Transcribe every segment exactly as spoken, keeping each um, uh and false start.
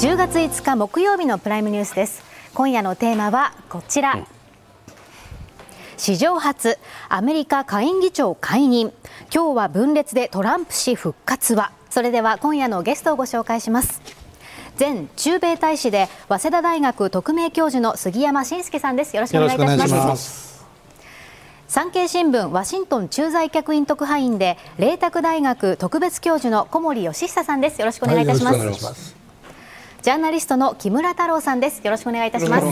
じゅうがついつか木曜日のプライムニュースです。今夜のテーマはこちら、うん、史上初アメリカ下院議長解任、今日は分裂でトランプ氏復活は。それでは今夜のゲストをご紹介します。前駐米大使で早稲田大学特命教授の杉山真介さんです。よろしくお願いいたします。産経新聞ワシントン駐在客員特派員で麗澤大学特別教授の小森喜久さんです。よろしくお願いいたします。はい、ジャーナリストの木村太郎さんです。よろしくお願いいたします。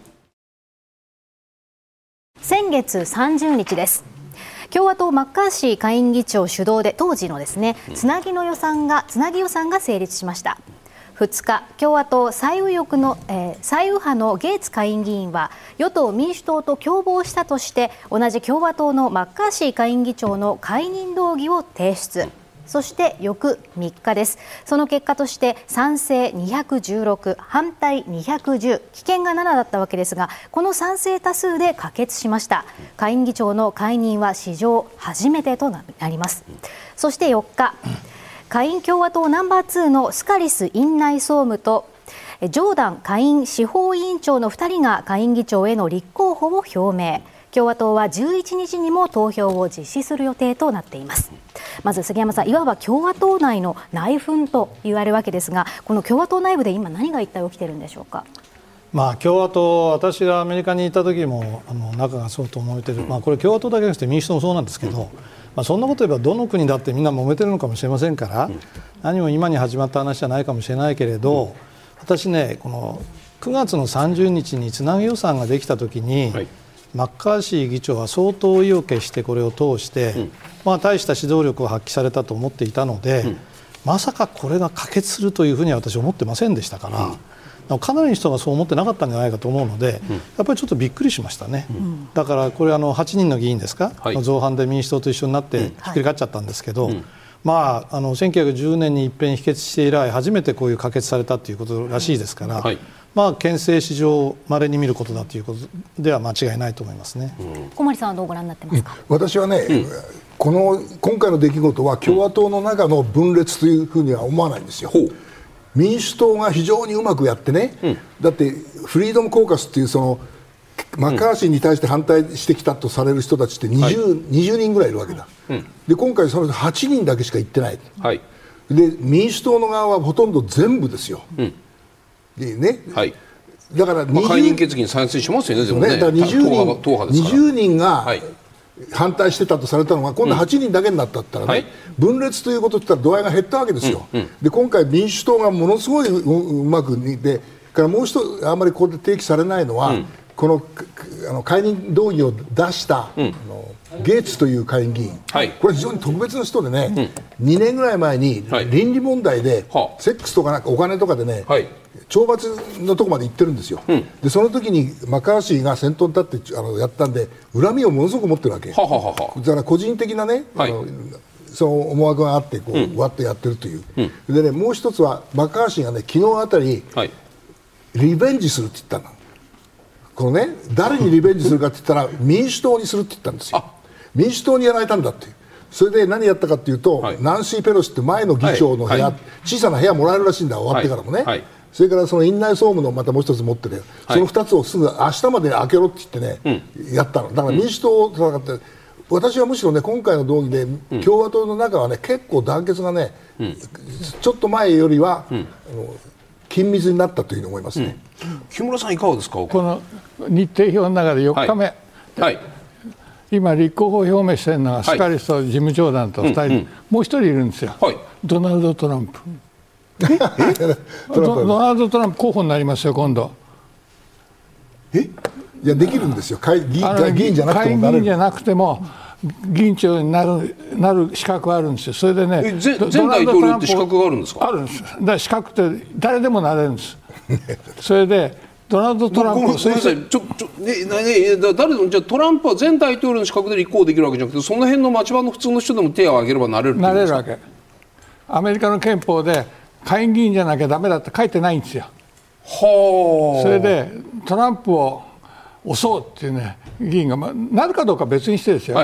先月さんじゅうにちです。共和党マッカーシー下院議長主導で当時のですね、つなぎの予算がつなぎ予算が成立しました。ふつか、共和党最右翼の、えー、最右派のゲーツ下院議員は与党民主党と共謀したとして同じ共和党のマッカーシー下院議長の解任動議を提出。そして翌みっかです。その結果として賛成にひゃくじゅうろく、反対にひゃくじゅう、棄権がななだったわけですが、この賛成多数で可決しました。下院議長の解任は史上初めてとなります。そしてよっか、下院共和党ナンバーツーのスカリス院内総務とジョーダン下院司法委員長のふたりが下院議長への立候補を表明。共和党はじゅういちにちにも投票を実施する予定となっています。まず杉山さん、いわば共和党内の内紛と言われるわけですが、この共和党内部で今何が一体起きているんでしょうか。 まあ、共和党、私がアメリカにいた時もあの仲がそうと思えている、まあ、これ共和党だけじゃなくて民主党もそうなんですけど、まあ、そんなこと言えばどの国だってみんな揉めてるのかもしれませんから、何も今に始まった話じゃないかもしれないけれど、私ね、このくがつのさんじゅうにちにつなぎ予算ができた時に、はい、マッカーシー議長は相当意を決してこれを通して、うん、まあ、大した指導力を発揮されたと思っていたので、うん、まさかこれが可決するというふうには私は思ってませんでしたから、うん、かなりの人がそう思ってなかったんじゃないかと思うので、うん、やっぱりちょっとびっくりしましたね。うん、だからこれあのはちにんの議員ですか、はい、の造反で民主党と一緒になってひっくり返っちゃったんですけど、うん、はい、まあ、あのせんきゅうひゃくじゅうねんに一遍否決して以来初めてこういう可決されたということらしいですから、はい、まあ、憲政史上稀に見ることだということでは間違いないと思いますね。うん、 小森さんはどうご覧になってますか。 私はね、うん、この今回の出来事は共和党の中の分裂というふうには思わないんですよ。うん、民主党が非常にうまくやってね、うん、だってフリードムコーカスっていうそのマッカーシーに対して反対してきたとされる人たちって 20,、はい、にじゅうにんぐらいいるわけだ。うん、で今回そのはちにんだけしか行ってない。はい、で民主党の側はほとんど全部ですよ。うん、でね、はい、だからまあ、解任決議に賛成しますよね。でもね、 だからにじゅうにん、にじゅうにんが反対してたとされたのが今度はちにんだけになったったらね、うん、はい、分裂ということって言ったら度合いが減ったわけですよ。うんうん、で今回民主党がものすごいうまくでからもう一つあんまりここで提起されないのは、うん、このあの解任動議を出した、うん、あのゲーツという下院議員、はい、これ非常に特別な人でね、うん、にねんぐらい前に倫理問題で、はい、セックスとかなんかお金とかでね、はい、懲罰のとこまで行ってるんですよ。うん、でその時にマッカーシーが先頭に立ってあのやったんで恨みをものすごく持ってるわけ。ははははだから個人的なね、はい、あのその思惑があってこう、うん、わっとやってるという。うん、でね、もう一つはマッカーシーがね昨日あたり、はい、リベンジするって言ったの。このね、誰にリベンジするかって言ったら民主党にするって言ったんですよ。民主党にやられたんだっていう。それで何やったかっていうと、はい、ナンシー・ペロシって前の議長の部屋、はい、小さな部屋もらえるらしいんだ、終わってからもね。はいはい、それからその院内総務のまたもう一つ持ってて、そのふたつをすぐ明日までに開けろって言ってね、うん、やったの。だから民主党と戦って、うん、私はむしろね今回の動議で共和党の中はね結構団結がね、うん、ちょっと前よりは、うん、あの緊密になったというふうに思いますね。 うん、木村さんいかがですか。 この日程表の中でよっかめ、はいはい、今立候補表明しているのはスカリスとジム・ジョーダンとふたり、うんうん、もうひとりいるんですよ。はい、ドナルド・トランプ。えド, ドナルド・トランプ候補になりますよ今度。 えいやできるんですよ。議員じゃなくても会議員じゃなくても議員長にな る, なる資格があるんですよ。それでね、 前大統領って資格があるんですか。 あるんです。だから資格って誰でもなれるんです。それでドナルド・トランプごめんなさい、ちょちょねね誰でじゃトランプは前大統領の資格で立候補できるわけじゃなくて、その辺の町場の普通の人でも手を挙げればなれるってなれるわけ。アメリカの憲法で下院議員じゃなきゃダメだって書いてないんですよ。はあ。それでトランプを押そうっていうね議員が、まあ、なるかどうか別にしてですよ。はいはい、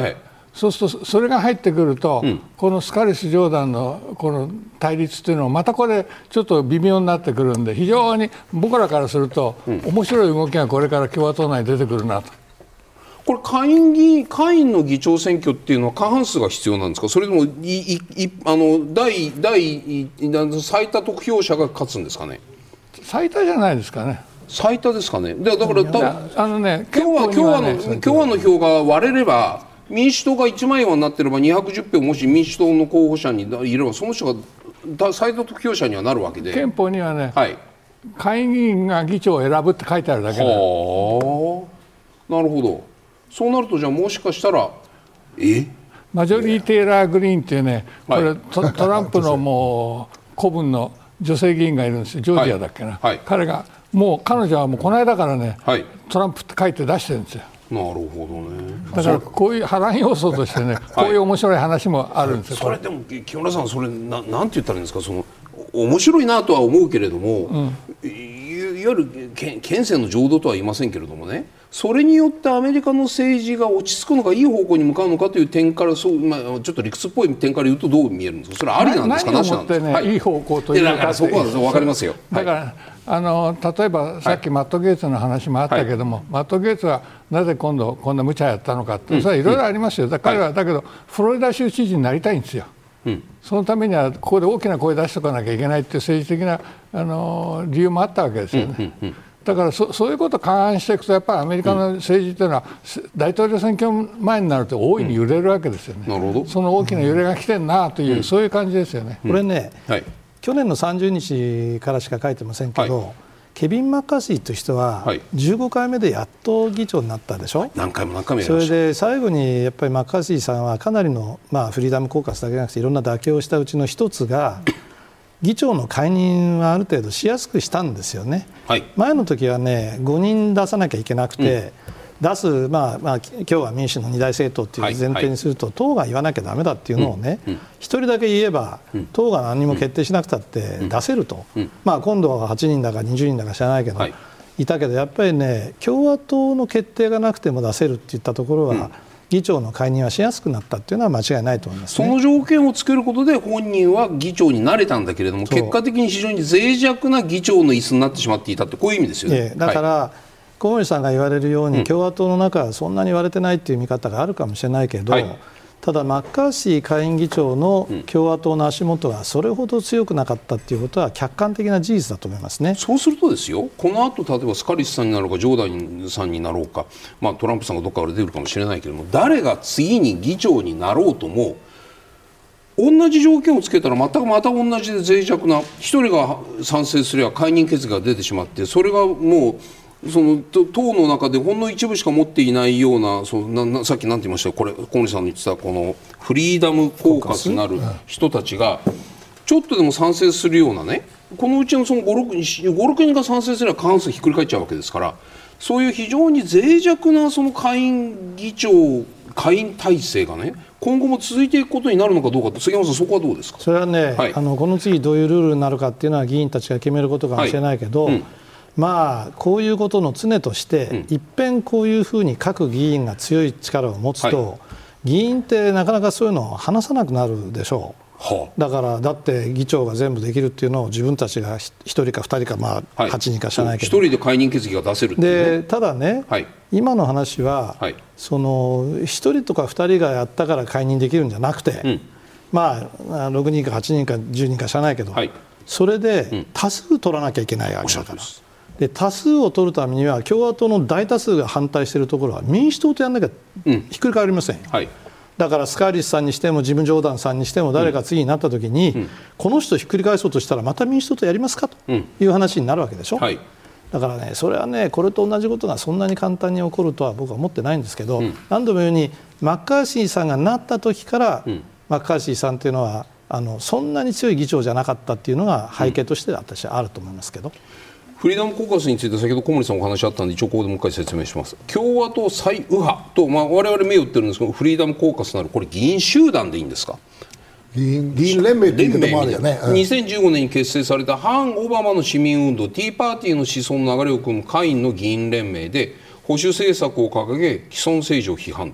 そうするとそれが入ってくると、うん、このスカリス・ジョーダンのこの対立というのはまたこれちょっと微妙になってくるんで、非常に僕らからすると、うん、面白い動きがこれから共和党内に出てくるなと。 これ下院議下院の議長選挙っていうのは過半数が必要なんですか、それともいいいあの第第最多得票者が勝つんですかね。 最多じゃないですかね。 最多ですかね。でだからあの、ね、 共和共和の共和の票が割れれば、民主党が一枚岩になってればにひゃくじゅっぴょうもし民主党の候補者にいればその人が最多得票者にはなるわけで、 憲法にはね、 はい、 下院議員が議長を選ぶって書いてあるだけだ。はあ、なるほど。そうなるとじゃあもしかしたらえマジョリー・テイラー・グリーンっていうね、これ、はい、ト, トランプのもう子分の女性議員がいるんですよ。ジョージアだっけな、はいはい、彼がもう彼女はもうこの間からね、はい、トランプって書いて出してるんですよ。 なるほどね。 だからこういう波乱要素としてね、こういう面白い話もあるんですよ。 それでも木村さん、それ な, なんて言ったらいいんですか、その面白いなとは思うけれども、うん、い, いわゆる憲政の浄土とは言いませんけれどもね、それによってアメリカの政治が落ち着くのかいい方向に向かうのかという点からそう、まあ、ちょっと理屈っぽい点から言うとどう見えるんですか。それはありなんですか。 何をもってね、はい、いい方向というか、 だからそこは分かりますよ。 だから、はい、あの例えばさっきマット・ゲイツの話もあったけども、はい、マット・ゲイツはなぜ今度こんな無茶やったのかって、うん、それはいろいろありますよ。だから彼はだけどフロリダ州知事になりたいんですよ。うん、そのためにはここで大きな声出しておかなきゃいけないっていう政治的なあの理由もあったわけですよね。うんうんうん、だから そ, そういうことを勘案していくとやっぱりアメリカの政治というのは、うん、大統領選挙前になると大いに揺れるわけですよね。うん、なるほど。その大きな揺れが来てるなという、うん、そういう感じですよね。 これね、はい、去年のさんじゅうにちからしか書いてませんけど、はい、ケビン・マッカーシーという人はじゅうごかいめでやっと議長になったでしょ。 何回も何回もやりました。 それで最後にやっぱりマッカーシーさんはかなりの、まあ、フリーダムコーカスだけじゃなくていろんな妥協をしたうちの一つが議長の解任はある程度しやすくしたんですよね。はい、前の時はねごにん出さなきゃいけなくて、うん、出す、まあまあ、今日は民主の二大政党という前提にすると、はいはい、党が言わなきゃダメだっていうのをね、うんうん、一人だけ言えば、うん、党が何も決定しなくたって出せると、うんうん、まあ、今度ははちにんだかにじゅうにんだか知らないけど、はい、いたけどやっぱりね共和党の決定がなくても出せるっていったところは、うん、議長の解任はしやすくなったっていうのは間違いないと思います、ね、 その条件をつけることで本人は議長になれたんだけれども、結果的に非常に脆弱な議長の椅子になってしまっていたって、こういう意味ですよね。 だから、はい、小森さんが言われるように、うん、共和党の中はそんなに割れてないっていう見方があるかもしれないけど、はい、ただマッカーシー下院議長の共和党の足元はそれほど強くなかったということは客観的な事実だと思いますね。 そうするとですよ、この後例えばスカリスさんになろうかジョーダンさんになろうか、まあ、トランプさんがどっかから出てくるかもしれないけれども、誰が次に議長になろうとも同じ条件をつけたら全くまた同じで脆弱な一人が賛成すれば解任決議が出てしまって、それがもうその党の中でほんの一部しか持っていないような、そななさっき何て言いましたか、これ小森さんの言ってたこのフリーダムコーカスなる人たちがちょっとでも賛成するようなね、このうちのそのごろくにんが賛成すれば過半数ひっくり返っちゃうわけですから、そういう非常に脆弱なその下院議長下院体制がね今後も続いていくことになるのかどうかって、杉山さんそこはどうですか。 それはね、はい、あのこの次どういうルールになるかっていうのは議員たちが決めることかもしれないけど、はい、うん、まあ、こういうことの常として、うん、いっぺんこういうふうに各議員が強い力を持つと、はい、議員ってなかなかそういうのを話さなくなるでしょう。はあ、だからだって議長が全部できるっていうのを自分たちがひとりかふたりか、まあ、はちにんか知らないけど、 ひとりで解任決議が出せるっていう、ね、 でただね、はい、今の話は、はい、そのひとりとかふたりがやったから解任できるんじゃなくて、うん、まあ、ろくにんかはちにんかじゅうにんか知らないけど、はい、それで多数取らなきゃいけないわけだから、で多数を取るためには共和党の大多数が反対しているところは民主党とやらなきゃひっくり返りませんよ、うん、はい、だからスカーリスさんにしてもジム・ジョーダンさんにしても誰か次になったときに、うん、この人ひっくり返そうとしたらまた民主党とやりますかという話になるわけでしょ、うん、はい、だからね、それはね、これと同じことがそんなに簡単に起こるとは僕は思ってないんですけど、うん、何度も言うようにマッカーシーさんがなった時から、うん、マッカーシーさんというのはあのそんなに強い議長じゃなかったっていうのが背景として私はあると思いますけど、うん、 フリーダムコーカスについて先ほど小森さんお話あったので一応ここでもう一回説明します。共和党最右派と、まあ、我々目を打ってるんですけど、フリーダムコーカスなるこれ議員集団でいいんですか。 議員、議員連盟っていうのもあるよね、うん、 にせんじゅうごねんに結成された反オバマの市民運動ティーパーティーの思想の流れを組む下院の議員連盟で保守政策を掲げ既存政治を批判、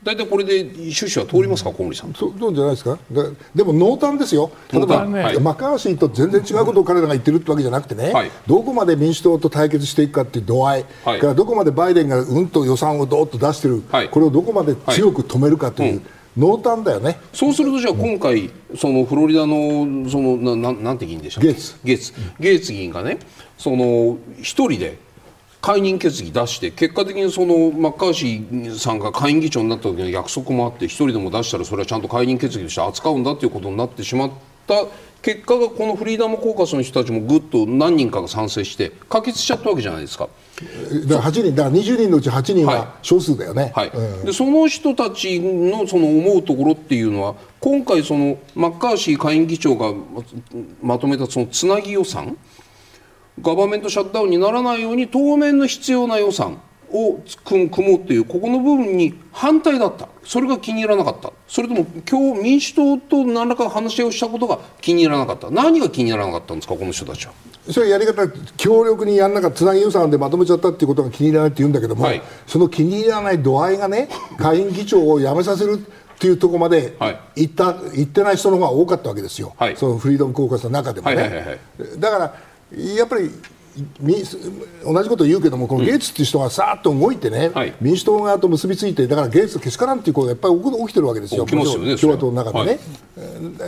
大体これで趣旨は通りますか、うん、小森さん。 そうそうじゃないですか。でも濃淡ですよ。例えば、はい、マッカーシーと全然違うことを彼らが言ってるってわけじゃなくてね、はい、どこまで民主党と対決していくかっていう度合い、はい、からどこまでバイデンがうんと予算をどーっと出してる、はい、これをどこまで強く止めるかという、はいうん濃淡だよね。 そうするとじゃあ今回、うん、そのフロリダのそのなななんて議員でしたっけ、 ゲーツゲーツ、ゲーツ議員がね、その一人で解任決議出して結果的にそのマッカーシーさんが下院議長になった時の約束もあって一人でも出したらそれはちゃんと解任決議として扱うんだということになってしまった結果がこのフリーダムコーカスの人たちもぐっと何人かが賛成して可決しちゃったわけじゃないですか。 だからはちにんだからにじゅうにんのうちはちにんは少数だよね、 はいはいうん、でその人たちのその思うところっていうのは今回そのマッカーシー下院議長がまとめたそのつなぎ予算ガバメントシャットダウンにならないように当面の必要な予算を組もうっていうここの部分に反対だった。それが気に入らなかった。それとも今日民主党と何らか話し合いをしたことが気に入らなかった。何が気に入らなかったんですかこの人たちは。 それやり方強力にやんなかったつなぎ予算でまとめちゃったっていうことが気に入らないって言うんだけども、はい、その気に入らない度合いがね下院議長を辞めさせるっていうところまで行った、はい、行ってない人の方が多かったわけですよ、はい、そのフリーダムコーカスの中でもね、はいはいはいはい、だからやっぱり同じことを言うけどもこのゲイツっていう人がさーっと動いてね、うん、民主党側と結びついてだからゲイツけしからんっていうことがやっぱり起きてるわけですよ、 起きますよね、 共和党の中でね、はい、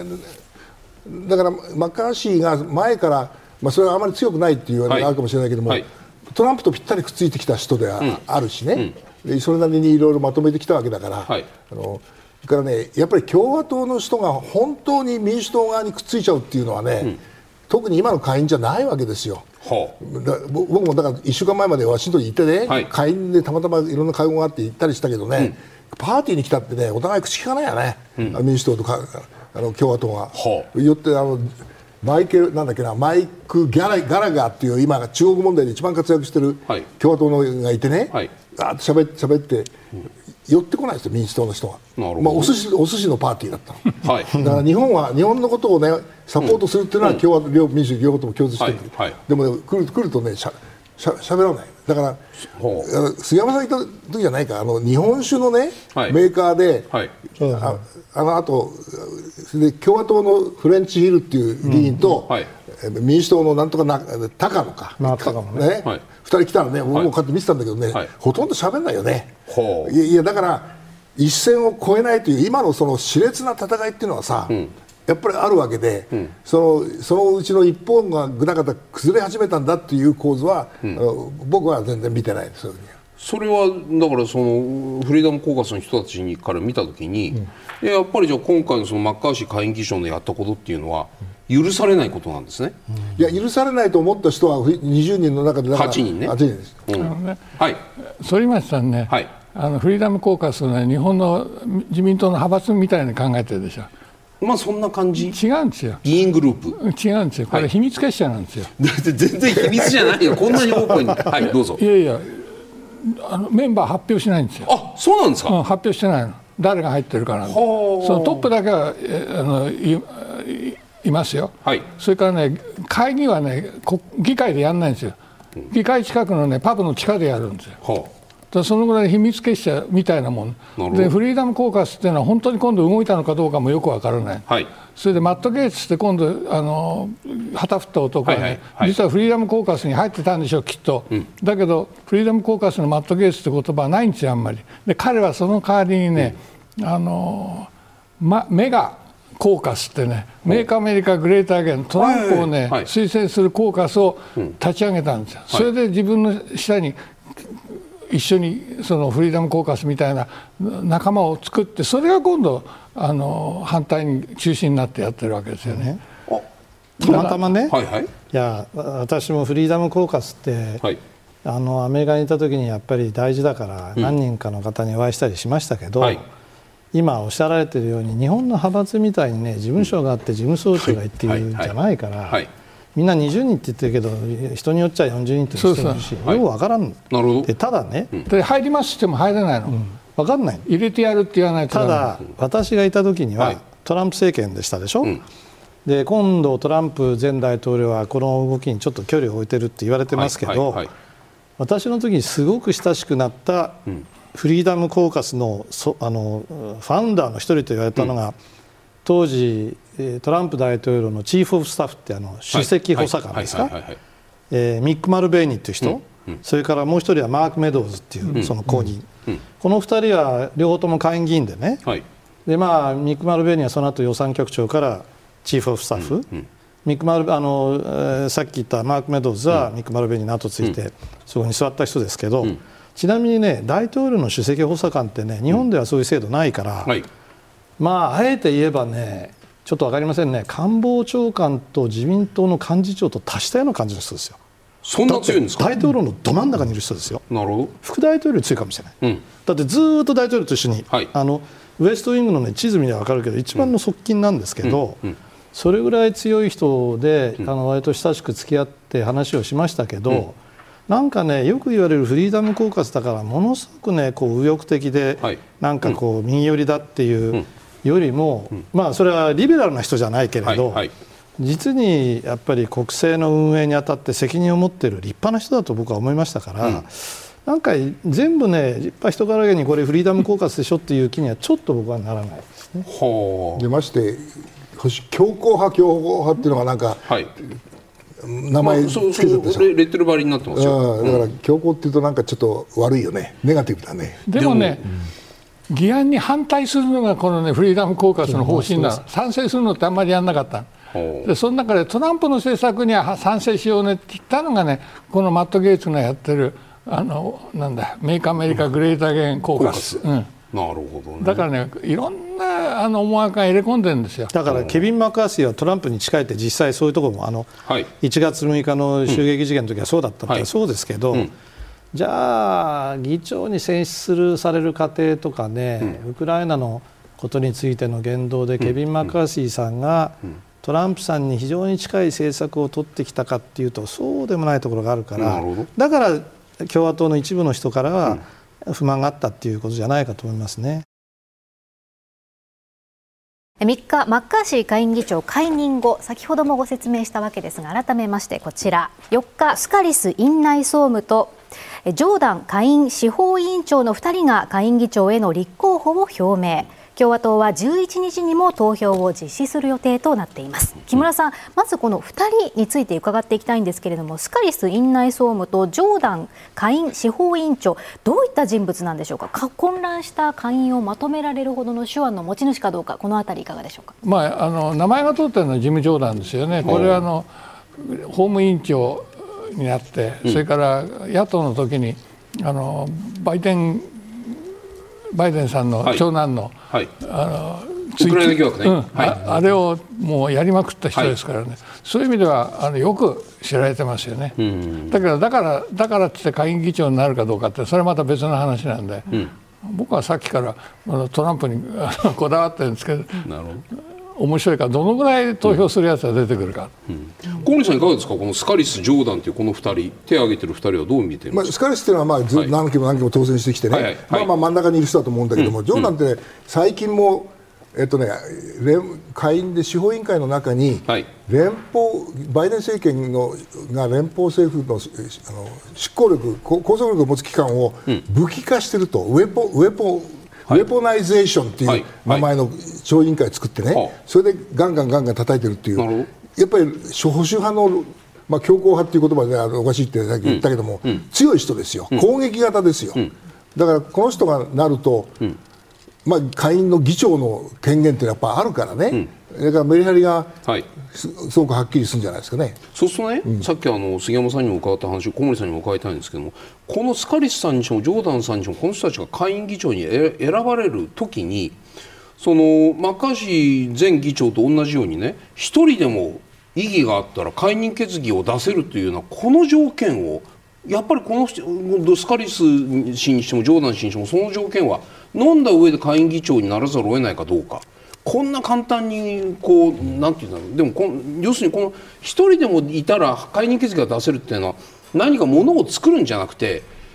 だからマッカーシーが前から、まあ、それはあまり強くないっていうのがあるかもしれないけども、はいはい、トランプとぴったりくっついてきた人ではあるしね、うん、でそれなりにいろいろまとめてきたわけだから、はい、あのだからねやっぱり共和党の人が本当に民主党側にくっついちゃうっていうのはね、うん、特に今の下院じゃないわけですよ。はあ、だ僕もだからいっしゅうかんまえまでワシントンに行ってね、はい、下院でたまたまいろんな会合があって行ったりしたけどね、うん、パーティーに来たってねお互い口利かないよね、うん、民主党とかあの共和党が、はあ、よってあのマイケルなんだっけなマイク・ギャラ、ガラガーっていう今中国問題で一番活躍してる共和党のがいてね、はい、ガーッと喋って喋って、うん、寄ってこないですよ民主党の人が。まあ、お寿司お寿司のパーティーだったの、はい、だから日本は日本のことをねサポートするっていうのは共和党、両民主両方とも共通してる、はいはい、でも、ね、来る来るとねしゃしゃしゃべらない。だから杉山さん言った時じゃないかあの日本酒のね、はい、メーカーで、はい、あ, あのあとで共和党のフレンチヒルっていう議員と、うんはい、民主党のなんとかな高野か、まあ高野ねねはい、ふたり来たらね、はい、僕もこうやって見てたんだけどね、はい、ほとんど喋んないよね。いや、いやだから一線を越えないという今のその熾烈な戦いっていうのはさ、うん、やっぱりあるわけで、うん、そのそのうちの一方がぐだぐだ崩れ始めたんだっていう構図は、うん、僕は全然見てないです。 それはだからそのフリーダムコーカスの人たちにから見たときに、うん、やっぱりじゃあ今回のそのマッカーシー下院議長のやったことっていうのは許されないことなんですね。 うん、いや許されないと思った人はにじゅうにんの中でだからはちにんね。 はちにんです。 うん、ねはい。反町さんね。はい。あのフリーダムコーカスは、ね、日本の自民党の派閥みたいに考えてるでしょ。 まあそんな感じ。 違うんですよ。 議員グループ。 違うんですよ。これ秘密結社なんですよ。 はい、全然秘密じゃないよ。こんなにオープンに。はいどうぞ。 いやいやあのメンバー発表しないんですよ。 あそうなんですか。 うん、発表してないの。誰が入ってるかなんで。そのトップだけはあの い, いますよ。はい。それからね会議はね議会でやらないんですよ。議会近くのねパブの地下でやるんですよ。はあそのぐらい秘密結社みたいなもんでフリーダムコーカスっていうのは本当に今度動いたのかどうかもよくわからない、はい、それでマット・ゲイツって今度あの旗振った男はね、はいはいはい、実はフリーダムコーカスに入ってたんでしょうきっと、うん、だけどフリーダムコーカスのマット・ゲイツって言葉はないんですよあんまりで彼はその代わりにね、うん、あの、ま、メガコーカスってねメイクアメリカグレーターアゲントランプをね、はいはい、推薦するコーカスを立ち上げたんですよ、うん、それで自分の下に一緒にそのフリーダムコーカスみたいな仲間を作ってそれが今度あの反対に中心になってやってるわけですよね。 たまたまね、はいはい、いや私もフリーダムコーカスって、はい、あのアメリカにいた時にやっぱり大事だから何人かの方にお会いしたりしましたけど、うんはい、今おっしゃられているように日本の派閥みたいにね事務所があって事務総長がいっていうんじゃないから。はいはいはいみんなにじゅうにんって言ってるけど人によっちゃよんじゅうにんって人もいるしよく分からん、なるほどでただね、 うん、で入りますっても入れないの、うん、分かんない入れてやるって言わないとただ私がいた時には、はい、トランプ政権でしたでしょ、うん、で今度トランプ前大統領はこの動きにちょっと距離を置いてるって言われてますけど、はいはいはい、私の時にすごく親しくなったフリーダムコーカス の, そあのファウンダーの一人と言われたのが、うん、当時トランプ大統領のチーフ・オブ・スタッフってあの首席補佐官ですか、ミック・マルベーニっていう人、うんうん、それからもう一人はマーク・メドウズっていうその後任、うんうん、このふたりは両方とも下院議員でね、はい、でまあ、ミック・マルベーニはその後予算局長からチーフ・オブ・スタッフ、うんうん、ミックマルあの、えー、さっき言ったマーク・メドウズはミック・マルベーニの後ついて、うん、そこに座った人ですけど、うん、ちなみにね大統領の首席補佐官ってね日本ではそういう制度ないから、うん、はい、まああえて言えばねちょっと分かりませんね、官房長官と自民党の幹事長と足したような感じの人ですよ。 そんな強いんですか。 大統領のど真ん中にいる人ですよ、うん、なるほど。副大統領より強いかもしれない、うん、だってずっと大統領と一緒に、はい、あのウエストウィングの、ね、地図見れば分かるけど一番の側近なんですけど、うんうんうん、それぐらい強い人で、うん、あの割と親しく付き合って話をしましたけど、うん、なんかねよく言われるフリーダムコーカスだからものすごくねこう右翼的で、はい、なんかこう右寄りだっていうよりも、うん、まあそれはリベラルな人じゃないけれど、はいはい、実にやっぱり国政の運営にあたって責任を持っている立派な人だと僕は思いましたから、うん、なんか全部ね立派人柄げにこれフリーダムコーカスでしょっていう気にはちょっと僕はならないですね。 はあ、でまして強硬派強硬派っていうのがなんか、はい、名前つけてたでしょ、まあ、そうそうレッテル張りになってますよ、 うん、だから強硬っていうとなんかちょっと悪いよね、ネガティブだね。 でもね、うん、議案に反対するのがこの、ね、フリーダムコーカスの方針なの。賛成するのってあんまりやんなかった。でその中でトランプの政策には賛成しようねって言ったのがねこのマット・ゲイツがやってるあのなんだメイクアメリカグレーターゲンコーカス、うん、 なるほどね。 だからねいろんなあの思惑が入れ込んでるんですよ。 だからケビン・マッカーシーはトランプに近いって実際そういうところもあの、はい、いちがつむいかの襲撃事件の時はそうだったってそうですけど、うん、じゃあ議長に選出するされる過程とかね、うん、ウクライナのことについての言動でケビン・マッカーシーさんが、うんうん、トランプさんに非常に近い政策を取ってきたかっていうとそうでもないところがあるからだから共和党の一部の人からは不満があったっていうことじゃないかと思いますね。 みっかマッカーシー下院議長解任後先ほどもご説明したわけですが改めましてこちらよっかスカリス院内総務とジョーダン下院司法委員長のふたりが下院議長への立候補を表明。共和党はじゅういちにちにも投票を実施する予定となっています。木村さん、まずこのふたりについて伺っていきたいんですけれども、スカリス院内総務とジョーダン下院司法委員長どういった人物なんでしょうか。混乱した下院をまとめられるほどの手腕の持ち主かどうかこのあたりいかがでしょうか。 まあ、あの名前が通っているのはジム・ジョーダンですよね。これはあの法務委員長になって、うん、それから野党の時にあのバイデンバイデンさんの長男の、はいはい、あのウクライナ疑惑ね、うんはい、 あ, あれをもうやりまくった人ですからね、はい、そういう意味ではあのよく知られてますよね。うん、だからだからだからって下院議長になるかどうかってそれはまた別の話なんで、うん、僕はさっきからトランプにこだわってるんですけど、なるほど面白いからどのぐらい投票するやつが出てくるか。 小西さんいかがですか。このスカリス・ジョーダンというこのふたり手を挙げてるふたりはどう見ていますか。 まあ、スカリスっていうのはまあずっと何期も何期も当選してきてね、はいはいはい、まあまあ真ん中にいる人だと思うんだけども、うん、ジョーダンって、ね、最近もえっとね下院で司法委員会の中に連邦バイデン政権のが連邦政府の、あの執行力拘束力を持つ機関を武器化していると、ウェポウェポウェポナイゼーションっていう名前の小委員会を作ってね、はいはい、それでガンガンガンガン叩いてるっていう、やっぱり保守派の、まあ、強硬派っていう言葉でおかしいってさっき言ったけども、うんうん、強い人ですよ、うん、攻撃型ですよ、うん、だからこの人がなると、うんまあ、下院の議長の権限ってやっぱあるからね、うんだからメリハリがすごくはっきりするんじゃないですかね。 そうするとね、うん、さっきあの杉山さんにも伺った話、小森さんにも伺いたいんですけども、このスカリスさんにしてもジョーダンさんにしてもこの人たちが下院議長に選ばれるときに、そのマッカーシー前議長と同じようにね、一人でも異議があったら解任決議を出せるというようなこの条件をやっぱりこのスカリス氏にしてもジョーダン氏にしてもその条件は飲んだ上で下院議長にならざるを得ないかどうか。こんな簡単にこうなんていうんだろう、でもこ要するにこの一人でもいたら解任決議が出せるっていうのは何かものを作るんじゃなくて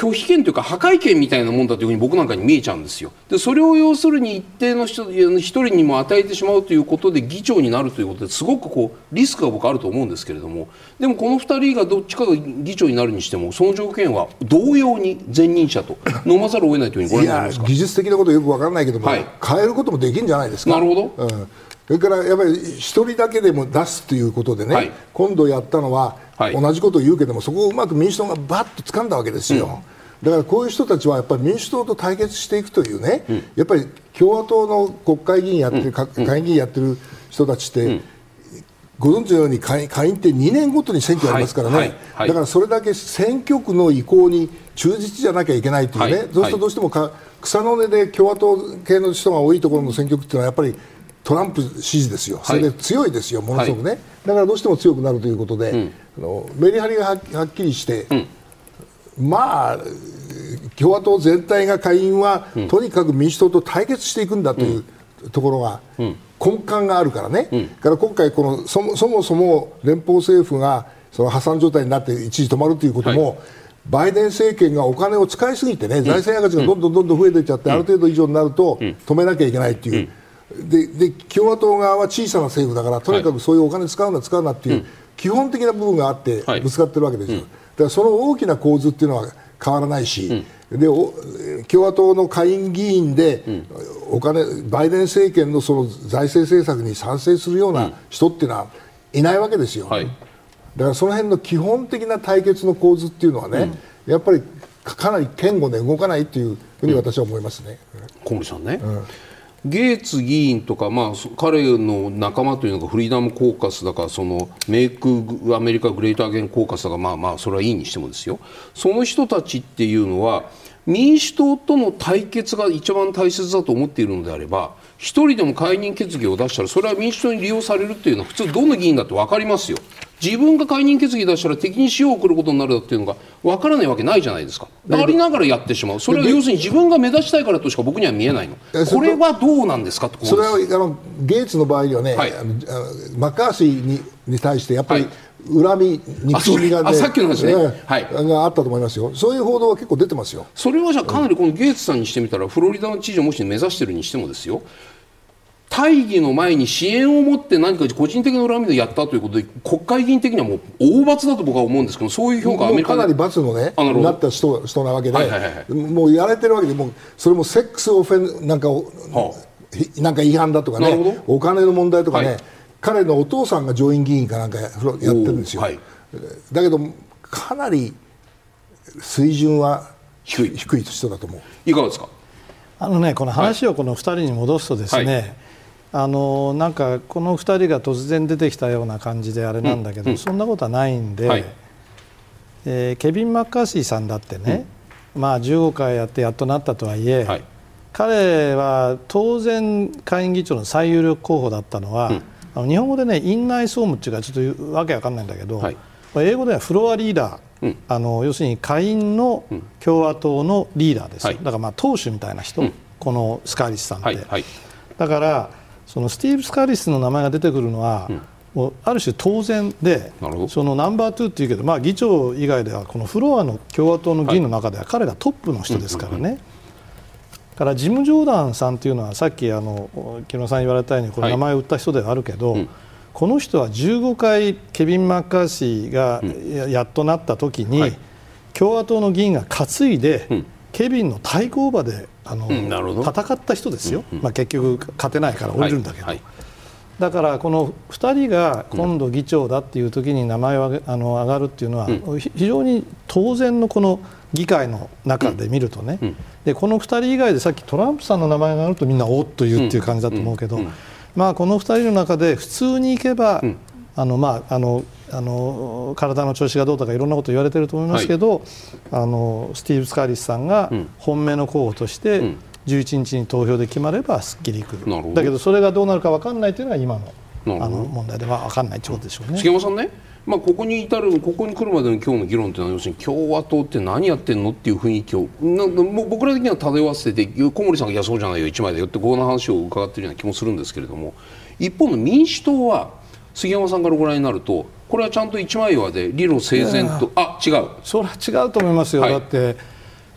拒否権というか破壊権みたいなもんだというふうに僕なんかに見えちゃうんですよ。でそれを要するに一定の人一人にも与えてしまうということで議長になるということですごくこうリスクが僕あると思うんですけれども、でもこのふたりがどっちかが議長になるにしてもその条件は同様に前任者と飲まざるを得ないというふうにご覧になりますか。 いや技術的なことよくわからないけども、はい、変えることもできるんじゃないですか。 なるほど、 うん、それからやっぱり一人だけでも出すということでね、はい、今度やったのは、はい、同じことを言うけどもそこをうまく民主党がバッと掴んだわけですよ、うん、だからこういう人たちはやっぱり民主党と対決していくというね、うん、やっぱり共和党の国会議員やってる、うん、下院議員やってる人たちって、うん、ご存知のように下院、下院ってにねんごとに選挙ありますからね、はいはいはい、だからそれだけ選挙区の意向に忠実じゃなきゃいけないというね、はい、そうするとどうしてもか草の根で共和党系の人が多いところの選挙区っていうのはやっぱりトランプ支持ですよ、それで強いですよ、ものすごくね、はい、だからどうしても強くなるということで、うん、あのメリハリが は, はっきりして、うん、まあ共和党全体が下院は、うん、とにかく民主党と対決していくんだという、うん、ところが、うん、根幹があるからね、うん、から今回この そ, もそもそも連邦政府がその破産状態になって一時止まるということも、はい、バイデン政権がお金を使いすぎてね、うん、財政赤字がどんどんどんどん増えていっちゃって、うん、ある程度以上になると、うん、止めなきゃいけないという。うんでで共和党側は小さな政府だからとにかくそういうお金使うな使うなっていう基本的な部分があってぶつかってるわけですよ、はい、だからその大きな構図っていうのは変わらないし、うん、で共和党の下院議員で、うん、お金バイデン政権のその財政政策に賛成するような人っていうのはいないわけですよ、はい、だからその辺の基本的な対決の構図っていうのはね、うん、やっぱりかなり堅固で動かないというふうに私は思いますね、 うん、小森さんね、うんゲーツ議員とか、まあ、彼の仲間というのがフリーダムコーカスだかそのメイクアメリカグレートアゲンコーカスだか、まあまあそれはいいにしてもですよ、その人たちっていうのは民主党との対決が一番大切だと思っているのであれば一人でも解任決議を出したらそれは民主党に利用されるっていうのは普通どの議員だって分かりますよ。自分が解任決議出したら敵に塩を送ることになるっていうのが分からないわけないじゃないですか。ありながらやってしまう。それは要するに自分が目立ちたいからとしか僕には見えないの。これはどうなんですかってことです。 それはあのゲイツの場合にはね、はい、あのマッカーシーにに対してやっぱり恨み、憎しみが、ね、 あさっきのですね、 はい、があったと思いますよ。そういう報道は結構出てますよ。 それはじゃあかなりこのゲイツさんにしてみたらフロリダの知事をもし目指しているにしてもですよ、大義の前に支援を持って何か個人的な恨みでやったということで国会議員的にはもう大罰だと僕は思うんですけど、そういう評価はアメリカでかなり罰のねなった人、人なわけで、はいはいはい、もうやられてるわけで、もうそれもセックスオフェンなんかを、はあ、なんか違反だとかね、お金の問題とかね、はい、彼のお父さんが上院議員かなんかやってるんですよ、はい、だけどかなり水準は低い、低い人だと思う。 いかがですか。 あのね、この話をこのふたりに戻すとですね、はい、あのなんかこのふたりが突然出てきたような感じであれなんだけど、うん、そんなことはないんで、はい、えー、ケビン・マッカーシーさんだってね、うん、まあじゅうごかいやってやっとなったとはいえ、はい、彼は当然下院議長の最有力候補だったのは、うん、あの日本語でね院内総務っていうかちょっとわけわかんないんだけど、はい、英語ではフロアリーダー、うん、あの要するに下院の共和党のリーダーですよ、はい、だからまあ党首みたいな人、うん、このスカリスさんって、はいはい、だからそのスティーブ・スカリスの名前が出てくるのは、うん、もうある種当然で、そのナンバーツーっていうけど、まあ、議長以外ではこのフロアの共和党の議員の中では彼がトップの人ですからね、はい、だからジム・ジョーダンさんっていうのはさっきあの木村さん言われたようにこれ名前を売った人ではあるけど、はい、うん、この人はじゅうごかいケビン・マッカーシーがやっとなった時に、はい、共和党の議員が担いで、うん、ケビンの対抗馬であの、うん、戦った人ですよ、うんうん、まあ、結局勝てないから降りるんだけど、はいはい、だからこのふたりが今度議長だっていう時に名前をあの上がるっていうのは、うん、非常に当然のこの議会の中で見るとね、うん、でこのふたり以外でさっきトランプさんの名前が上がるとみんなおっと言うっていう感じだと思うけど、うんうんうん、まあ、このふたりの中で普通にいけば、うん、あのまああのあの体の調子がどうとかいろんなこと言われてると思いますけど、はい、あのスティーブ・スカリスさんが本命の候補としてじゅういちにちに投票で決まればすっきりいく、うん、だけどそれがどうなるか分かんないというのが今のあの問題では分かんないということでしょうね。 杉山さんね、まあ、ここに至るここに来るまでの今日の議論というのは要するに共和党って何やってんのっていう雰囲気をなんかもう僕ら的には漂わせてて、小森さんがいやそうじゃないよ一枚だよってこんな話を伺っているような気もするんですけれども、一方の民主党は杉山さんからご覧になるとこれはちゃんと一枚岩で理路整然と、あ違うそれは違うと思いますよ、はい、だって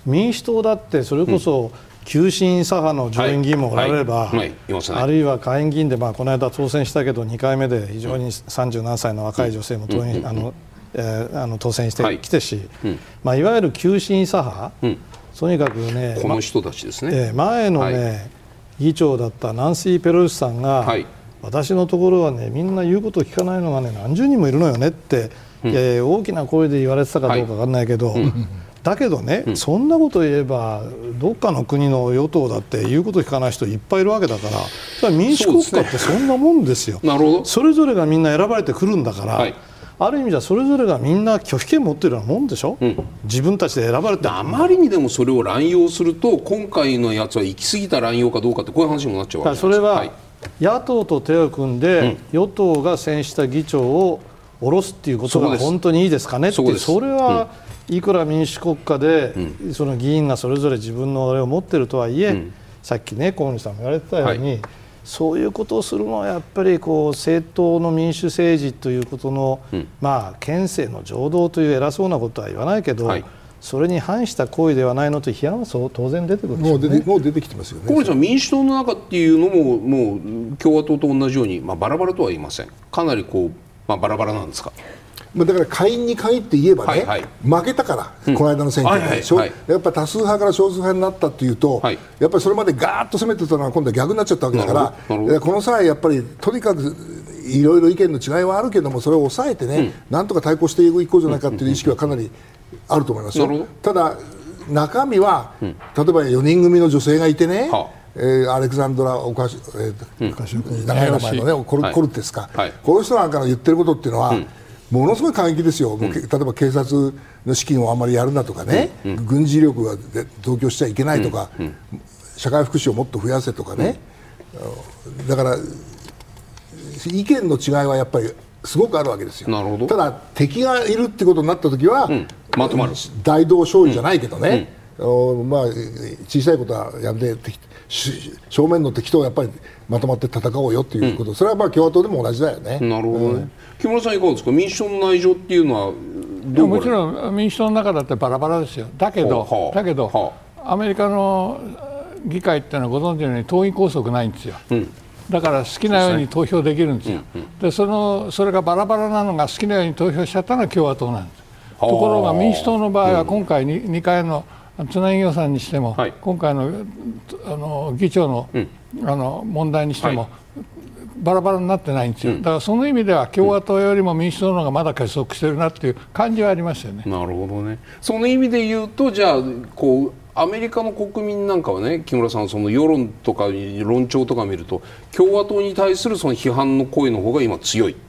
民主党だってそれこそ急進左派の上院議員もおられれば、あるいは下院議員で、まあ、この間当選したけどにかいめで非常にさんじゅうなんさいの若い女性も当選、あのえー、あの当選してきてし、まあ、いわゆる急進左派、とにかくね、 この人たちですね、 えー、前のね、はい、議長だったナンシー・ペロシさんが、はい、私のところはねみんな言うことを聞かないのがね何十人もいるのよねって、うん、えー、大きな声で言われてたかどうか分かんないけど、はい、うん、だけどね、うん、そんなこと言えばどっかの国の与党だって言うこと聞かない人いっぱいいるわけだから、それは民主国家ってそんなもんですよ。 なるほど。 それぞれがみんな選ばれてくるんだから、はい、ある意味じゃそれぞれがみんな拒否権持ってるようなもんでしょ、うん、自分たちで選ばれて。 あまりにでもそれを乱用すると今回のやつは行き過ぎた乱用かどうかってこういう話にもなっちゃうわけです。 それは、はい、野党と手を組んで、うん、与党が選した議長を下ろすっていうことが本当にいいですかねって、そ, それはいくら民主国家で、うん、その議員がそれぞれ自分のあれを持ってるとはいえ、うん、さっきね河野さんも言われてたように、はい、そういうことをするのはやっぱりこう政党の民主政治ということの、うん、まあ憲政の常道という偉そうなことは言わないけど、はい、それに反した行為ではないのという批判はそう当然出てくるんですよね。 もう出て、もう出てきてますよね。 河野さん、民主党の中っていうのももう共和党と同じように、まあ、バラバラとは言いません。かなりこう、まあ、バラバラなんですか。 だから下院に限って言えばね、はいはい、負けたから、うん、この間の選挙で、はいはいはい、やっぱ多数派から少数派になったというと、はい、やっぱりそれまでガーッと攻めてたのは今度は逆になっちゃったわけだから、この際やっぱりとにかくいろいろ意見の違いはあるけども、それを抑えてね、うん、なんとか対抗していこうじゃないかという意識はかなりあると思いますよ。ただ中身は、うん、例えばよにん組の女性がいてね、はあ、えー、アレクサンドラ・オカシ、えー、名前の前のね、コル、はい、コルテスか、はい、この人なんかの言ってることっていうのは、うん、ものすごい過激ですよ、うん、例えば警察の資金をあんまりやるなとかね、うん、軍事力が増強しちゃいけないとか、うんうん、社会福祉をもっと増やせとかね、うん、だから意見の違いはやっぱりすごくあるわけですよ。 なるほど。 ただ敵がいるってことになった時は、うん、まとまる大同勝利じゃないけどね、うんうん、まあ、小さいことはやんで正面の敵とやっぱりまとまって戦おうよっていうこと、うん、それはまあ共和党でも同じだよね。 なるほどね、うん、木村さんいかがですか。民主党の内情っていうのはどう？ もちろん民主党の中だってバラバラですよ。だけど、はあ、だけど、はあ、アメリカの議会っていうのはご存知のように党員拘束ないんですよ、うん、だから好きなように投票できるんですよ。うんうん、でそのそれがバラバラなのが好きなように投票しちゃったのが共和党なんです。ところが民主党の場合は今回 2, にかいのつなぎ予算にしても、はい、今回の、あの議長の、うん、あの問題にしても、はい、バラバラになってないんですよ。だからその意味では共和党よりも民主党の方がまだ結束してるなっていう感じはありますよね。 なるほどね。その意味で言うと、じゃあこうアメリカの国民なんかはね、木村さん、その世論とか論調とか見ると共和党に対するその批判の声の方が今強い。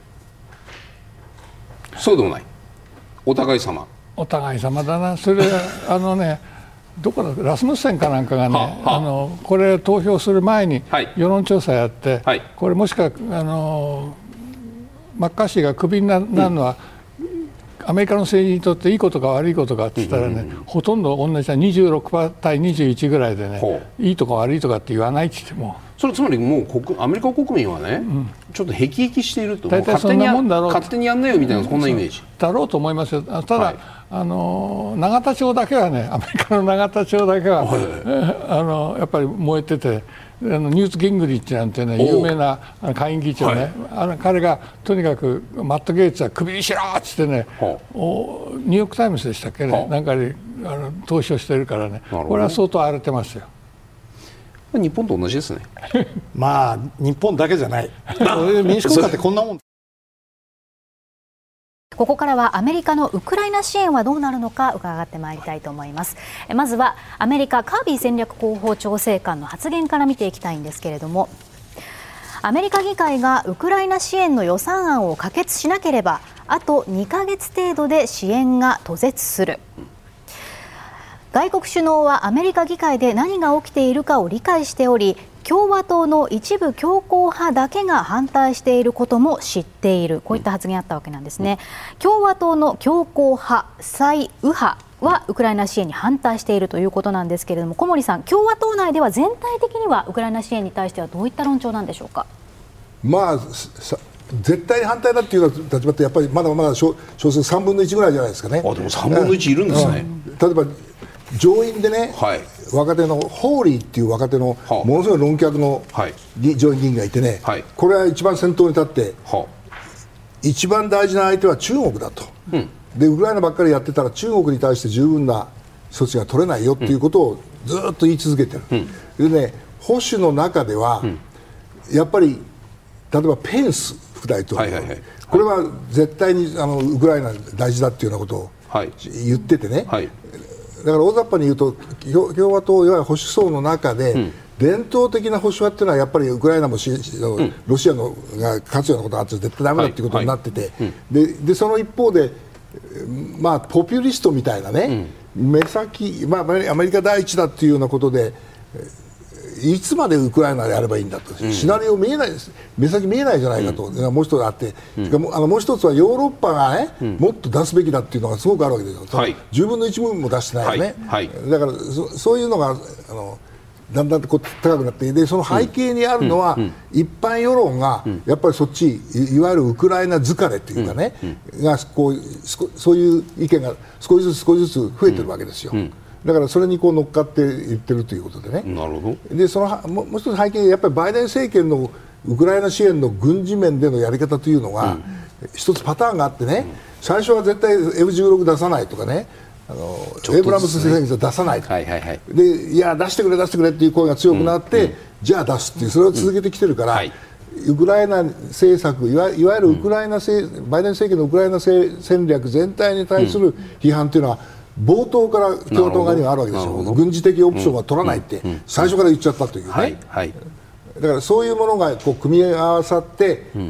そうでもない。お互い様。 お互い様だな。それあのね。どこだラスムッセンかなんかがね、はあはあ、あのこれ投票する前に世論調査やって、はい、これもしかあのマッカーシーがクビになるのは、うん、アメリカの政治にとっていいことか悪いことかって言ったらね、うんうんうん、ほとんど同じだ。にじゅうろくパーセント対にじゅういちぐらいでね、いいとか悪いとかって言わないって言っても、 それつまりもう国アメリカ国民はね、うん、ちょっとへきへきしていると、 大体そんなもんだろう、 勝手にやんないよみたいな、こんなイメージだろうと思いますよ。ただ、はい、あの永田町だけはね、アメリカの永田町だけは、はい、あのやっぱり燃えてて、あのニュート・ギングリッチなんてね、有名な下院議長ね、はい、あの彼がとにかくマット・ゲイツはクビにしろっつってね、はあ、おニューヨーク・タイムズでしたっけね、はあ、なんかにあの投票してるからね、これは相当荒れてますよ。 日本と同じですね。 まあ日本だけじゃない。民主国家ってこんなもん。 ここからはアメリカのウクライナ支援はどうなるのか伺ってまいりたいと思います。まずはアメリカカービー戦略広報調整官の発言から見ていきたいんですけれども、アメリカ議会がウクライナ支援の予算案を可決しなければあとにかげつ程度で支援が途絶する。外国首脳はアメリカ議会で何が起きているかを理解しており、共和党の一部強硬派だけが反対していることも知っている。こういった発言あったわけなんですね。共和党の強硬派、最右派はウクライナ支援に反対しているということなんですけれども、小森さん、共和党内では全体的にはウクライナ支援に対してはどういった論調なんでしょうか。 まあ絶対に反対だっていう立場ってやっぱりまだまだ少数さんぶんのいちぐらいじゃないですかね。 あ、でもさんぶんのいちいるんですね。 例えば上院でね、 はい、 若手のホーリーっていう若手のはあ、 ものすごい論客の、はい、上院議員がいてね、はい、これは一番先頭に立って、はあ、一番大事な相手は中国だと、うん、でウクライナばっかりやってたら中国に対して十分な措置が取れないよっていうことをずっと言い続けてる、うん、でね、保守の中では、うん、やっぱり例えばペンス副大統領、はいはいはい、これは絶対にあのウクライナ大事だっていうようなことを言っててね、はいはい、だから大雑把に言うと共和党いわゆる保守層の中で、うん、伝統的な保守派っていうのはやっぱりウクライナもし、うん、ロシアのが勝つようなことがあって絶対ダメだっていうことになってて、はいはい、で, でその一方で、まあ、ポピュリストみたいなね、うん、目先、まあ、アメリカ第一だっていうようなことでいつまでウクライナでやればいいんだと、うん、シナリオ見えない目先見えないじゃないかと、うん、もう一つあって、うん、あのもう一つはヨーロッパが、ね、うん、もっと出すべきだっていうのがすごくあるわけですよ、はい、じゅうぶんのいちぶんも出してないよね、はいはい、だから そ, そういうのがあのだんだんとこう高くなっていて、その背景にあるのは、うんうん、一般世論がやっぱりそっち い, いわゆるウクライナ疲れというかね、うんうん、がこうそういう意見が少しずつ少しずつ増えてるわけですよ、うんうん、だからそれにこう乗っかって言ってるということでね。 なるほど。 でそのもう一つ背景にやっぱりバイデン政権のウクライナ支援の軍事面でのやり方というのが、うん、一つパターンがあってね、うん、最初は絶対 エフじゅうろく 出さないとかね、あのエイブラムス戦争出さないと、はいはいはい、でいや出してくれ出してくれっていう声が強くなって、うんうん、じゃあ出すっていうそれを続けてきてるから、うんはい、ウクライナ政策い わ, いわゆるウクライナ、うん、バイデン政権のウクライナ戦略全体に対する批判というのは、冒頭から共和党側にはあるわけですよ。軍事的オプションは取らないって最初から言っちゃったというね、はいはい、だからそういうものがこう組み合わさって、うん、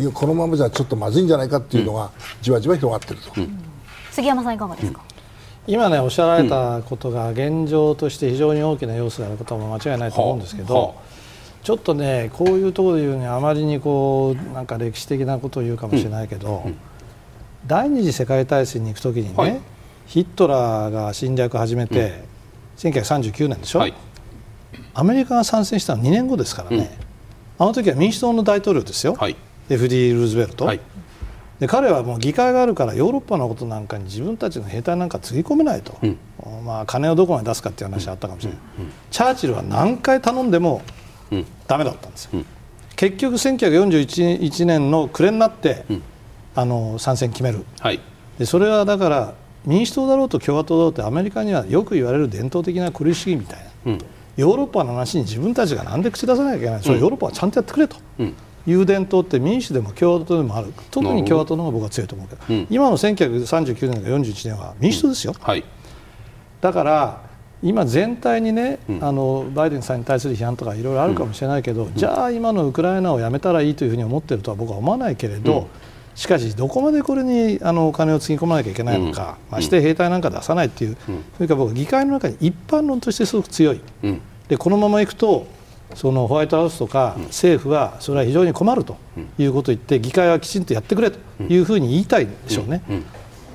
このままじゃちょっとまずいんじゃないかっていうのがじわじわ広がってると、うん、 杉山さんいかがですか。 うん、今ねおっしゃられたことが現状として非常に大きな要素であることは間違いないと思うんですけど、はあはあ、ちょっとねこういうところで言うにあまりにこうなんか歴史的なことを言うかもしれないけど、うんうん、第二次世界大戦に行くときにね、はい、ヒットラーが侵略を始めて、うん、せんきゅうひゃくさんじゅうきゅうねんでしょ、はい、アメリカが参戦したのはにねんごですからね、うん、あの時は民主党の大統領ですよ、はい、エフディー ルーズベルト、はい、で彼はもう議会があるからヨーロッパのことなんかに自分たちの兵隊なんかつぎ込めないと、うん、まあ、金をどこまで出すかっていう話があったかもしれない、うんうんうん、チャーチルは何回頼んでもダメだったんですよ、うん、結局せんきゅうひゃくよんじゅういちねんの暮れになって、うん、あの参戦決める、はい、でそれはだから民主党だろうと共和党だろうとアメリカにはよく言われる伝統的な苦し主義みたいな、うん、ヨーロッパの話に自分たちがなんで口出さなきゃいけない、うん、それヨーロッパはちゃんとやってくれという伝統って民主でも共和党でもある。特に共和党の方が僕は強いと思うけど、うん、今のせんきゅうひゃくさんじゅうきゅうねんからよんじゅういちねんは民主党ですよ、うんはい、だから今全体にね、うん、あのバイデンさんに対する批判とかいろいろあるかもしれないけど、うん、じゃあ今のウクライナをやめたらいいというふうに思っているとは僕は思わないけれど、うん、しかしどこまでこれにあのお金をつぎ込まなきゃいけないのか、うん、まして兵隊なんか出さないっていう、うん、それから僕は議会の中に一般論としてすごく強い、うん、でこのままいくとそのホワイトハウスとか政府はそれは非常に困るということを言って議会はきちんとやってくれというふうに言いたいでしょうね、うんうん、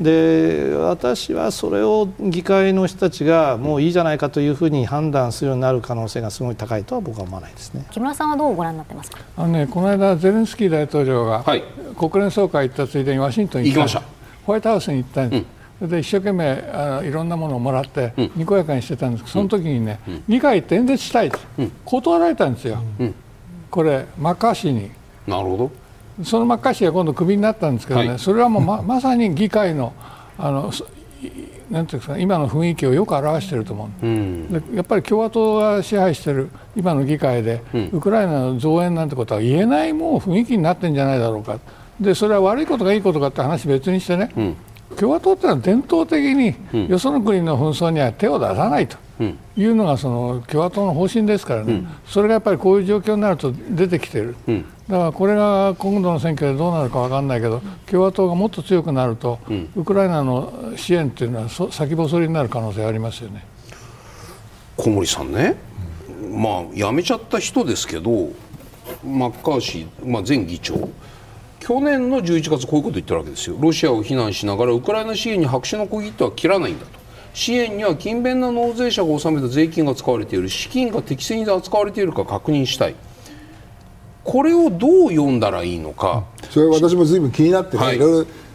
で私はそれを議会の人たちがもういいじゃないかというふうに判断するようになる可能性がすごい高いとは僕は思わないですね。 木村さんはどうご覧になってますか。 あの、ね、この間ゼレンスキー大統領が国連総会行ったついでにワシントンに行った、行きました。ホワイトハウスに行ったんです、うん、で一生懸命あいろんなものをもらってにこやかにしてたんですけど、その時にね、うん、議会って演説したいと断られたんですよ、うん、これマッカーシーに。 なるほど。 そのマッカーシーが今度クビになったんですけどね、はい、それはもう ま, まさに議会のあのなんていうんですか、今の雰囲気をよく表していると思う、うん、でやっぱり共和党が支配している今の議会で、うん、ウクライナの増援なんてことは言えないもう雰囲気になってるんじゃないだろうか。でそれは悪いことかいいことかって話別にしてね、うん、共和党ってのは伝統的によその国の紛争には手を出さないというのがその共和党の方針ですからね、うん、それがやっぱりこういう状況になると出てきている、うん、だからこれが今度の選挙でどうなるか分からないけど、共和党がもっと強くなると、うん、ウクライナの支援というのは先細りになる可能性ありますよね。 小森さんね、うん、まあ辞めちゃった人ですけどマッカーシー、まあ、前議長去年のじゅういちがつこういうことを言ってるわけですよ。ロシアを非難しながらウクライナ支援に白紙の小切手は切らないんだと。支援には勤勉な納税者が納めた税金が使われている、資金が適正に扱われているか確認したい。これをどう読んだらいいのか、 それは私も随分気になってね、はい、いろいろ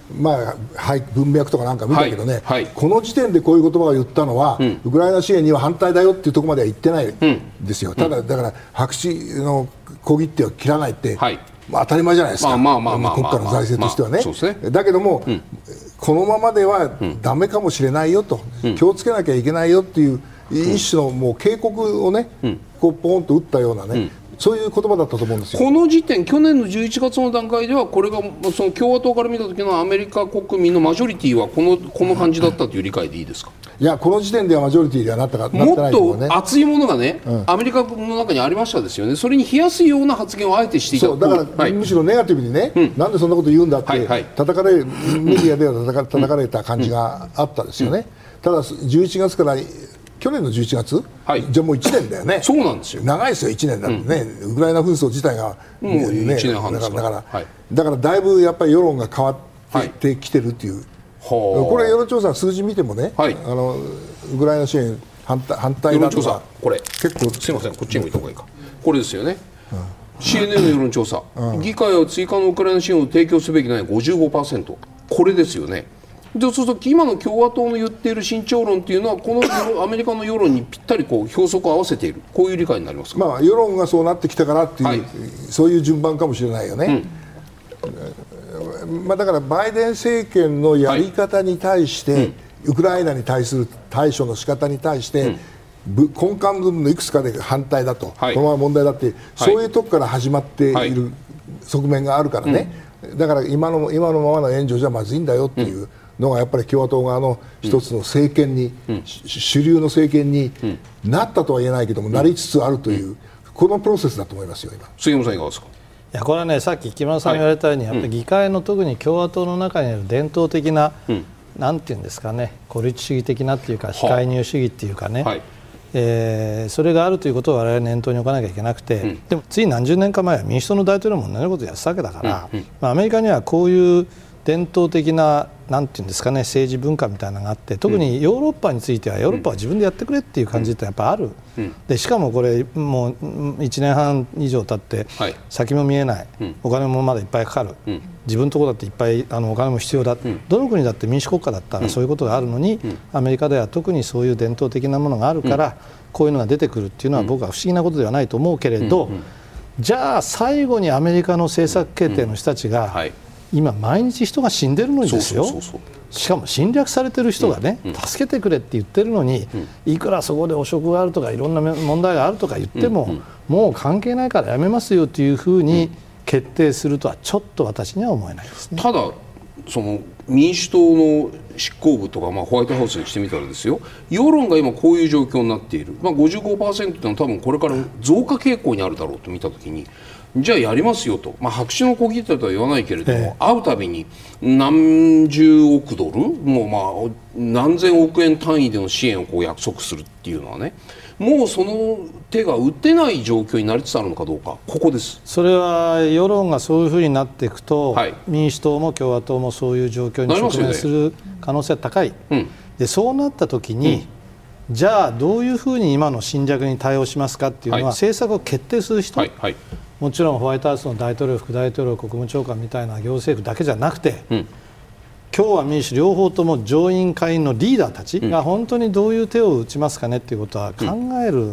まあ、文脈とかなんか見たけどね、 はいはい、 この時点でこういう言葉を言ったのは、うん、ウクライナ支援には反対だよっていうところまでは言ってないですよ、うん、ただ、だから白紙の小切手を切らないって、はい、まあ、当たり前じゃないですか、国家の財政としてはね、まあね、だけども、うん、このままではだめかもしれないよと、うん、気をつけなきゃいけないよっていう、一種のもう警告をね、うん、こうポーンと打ったようなね、うん、そういう言葉だったと思うんですよ。 この時点、去年のじゅういちがつの段階では、これがその共和党から見た時のアメリカ国民のマジョリティはこのこの感じだったという理解でいいですか。 いや、この時点ではマジョリティではなったか、 もっと熱いものがね、うん、アメリカの中にありましたですよね。それに冷やすような発言をあえてしていた。 そうだから、はい、むしろネガティブにね、うん、なんでそんなこと言うんだって、はいはい、叩かれメディアでは叩か、叩かれた感じがあったですよね、うん、ただじゅういちがつから去年のじゅういちがつ、はい、じゃあもういちねんだよね。 そうなんですよ。 長いですよ、いちねんだってね、うん、ウクライナ紛争自体が、 ね、もういちねんはんですから、 だから、はい、だからだいぶやっぱり世論が変わってきてるっていう、はい、これ世論調査数字見てもね、はい、あのウクライナ支援反対、反対だとか、 これ結構すいません、こっちに置いた方がいいか、これですよね、うん、シーエヌエヌ の世論調査、うん、議会は追加のウクライナ支援を提供すべきない ごじゅうごパーセント、 これですよね。でそうすると今の共和党の言っている慎重論というのはこのアメリカの世論にぴったりこう標則を合わせている、こういう理解になりますか。 まあ、世論がそうなってきたからっていう、はい、そういう順番かもしれないよね、うん、まあ、だからバイデン政権のやり方に対して、はい、うん、ウクライナに対する対処の仕方に対して、うん、根幹部分のいくつかで反対だと、はい、このまま問題だって、はい、そういうとこから始まっている側面があるからね、うん、だから今の、今のままの援助じゃまずいんだよっていうのがやっぱり共和党側の一つの政権に、うん、主流の政権になったとは言えないけども、うん、なりつつあるという、うん、このプロセスだと思いますよ今。 杉山さんいかがですか。 いや、これはね、さっき木村さんが言われたように、はい、やっぱり議会の特に共和党の中にある伝統的な、うん、なんていうんですかね、孤立主義的なっていうか非介入主義っていうかね、はい、えー、それがあるということを我々は念頭に置かなきゃいけなくて、うん、でもつい何十年か前は民主党の大統領も同じことをやってたわけだから、うんうん、まあ、アメリカにはこういう伝統的ななんていうんですかね、政治文化みたいなのがあって、特にヨーロッパについてはヨーロッパは自分でやってくれっていう感じってやっぱある、うん、でしかもこれもういちねんはん以上経って先も見えない、はい、お金もまだいっぱいかかる、うん、自分のところだっていっぱいあのお金も必要だ、うん、どの国だって民主国家だったらそういうことがあるのに、うん、アメリカでは特にそういう伝統的なものがあるから、うん、こういうのが出てくるっていうのは僕は不思議なことではないと思うけれど、うんうん、じゃあ最後にアメリカの政策決定の人たちが、うん、はい、今毎日人が死んでるのにですよ、しかも侵略されてる人がね、うん、助けてくれって言ってるのに、うん、いくらそこで汚職があるとかいろんな問題があるとか言っても、うんうん、もう関係ないからやめますよというふうに決定するとはちょっと私には思えないですね。 ただその民主党の執行部とか、まあ、ホワイトハウスにしてみたらですよ、世論が今こういう状況になっている、まあ、ごじゅうごパーセント というのは多分これから増加傾向にあるだろうと見たときに、じゃあやりますよと、まあ、白紙の小切手とは言わないけれども、ええ、会うたびに何十億ドル、もうまあ何千億円単位での支援をこう約束するっていうのはね、もうその手が打てない状況になりつつあるのかどうか、ここです。 それは世論がそういうふうになっていくと、はい、民主党も共和党もそういう状況に直面する可能性は高い、うん、でそうなったときに、うん、じゃあどういうふうに今の侵略に対応しますかっていうのは、はい、政策を決定する人、はいはい、もちろんホワイトハウスの大統領、副大統領、国務長官みたいな行政府だけじゃなくて、うん、共和民主両方とも上院下院のリーダーたちが本当にどういう手を打ちますかねということは考える、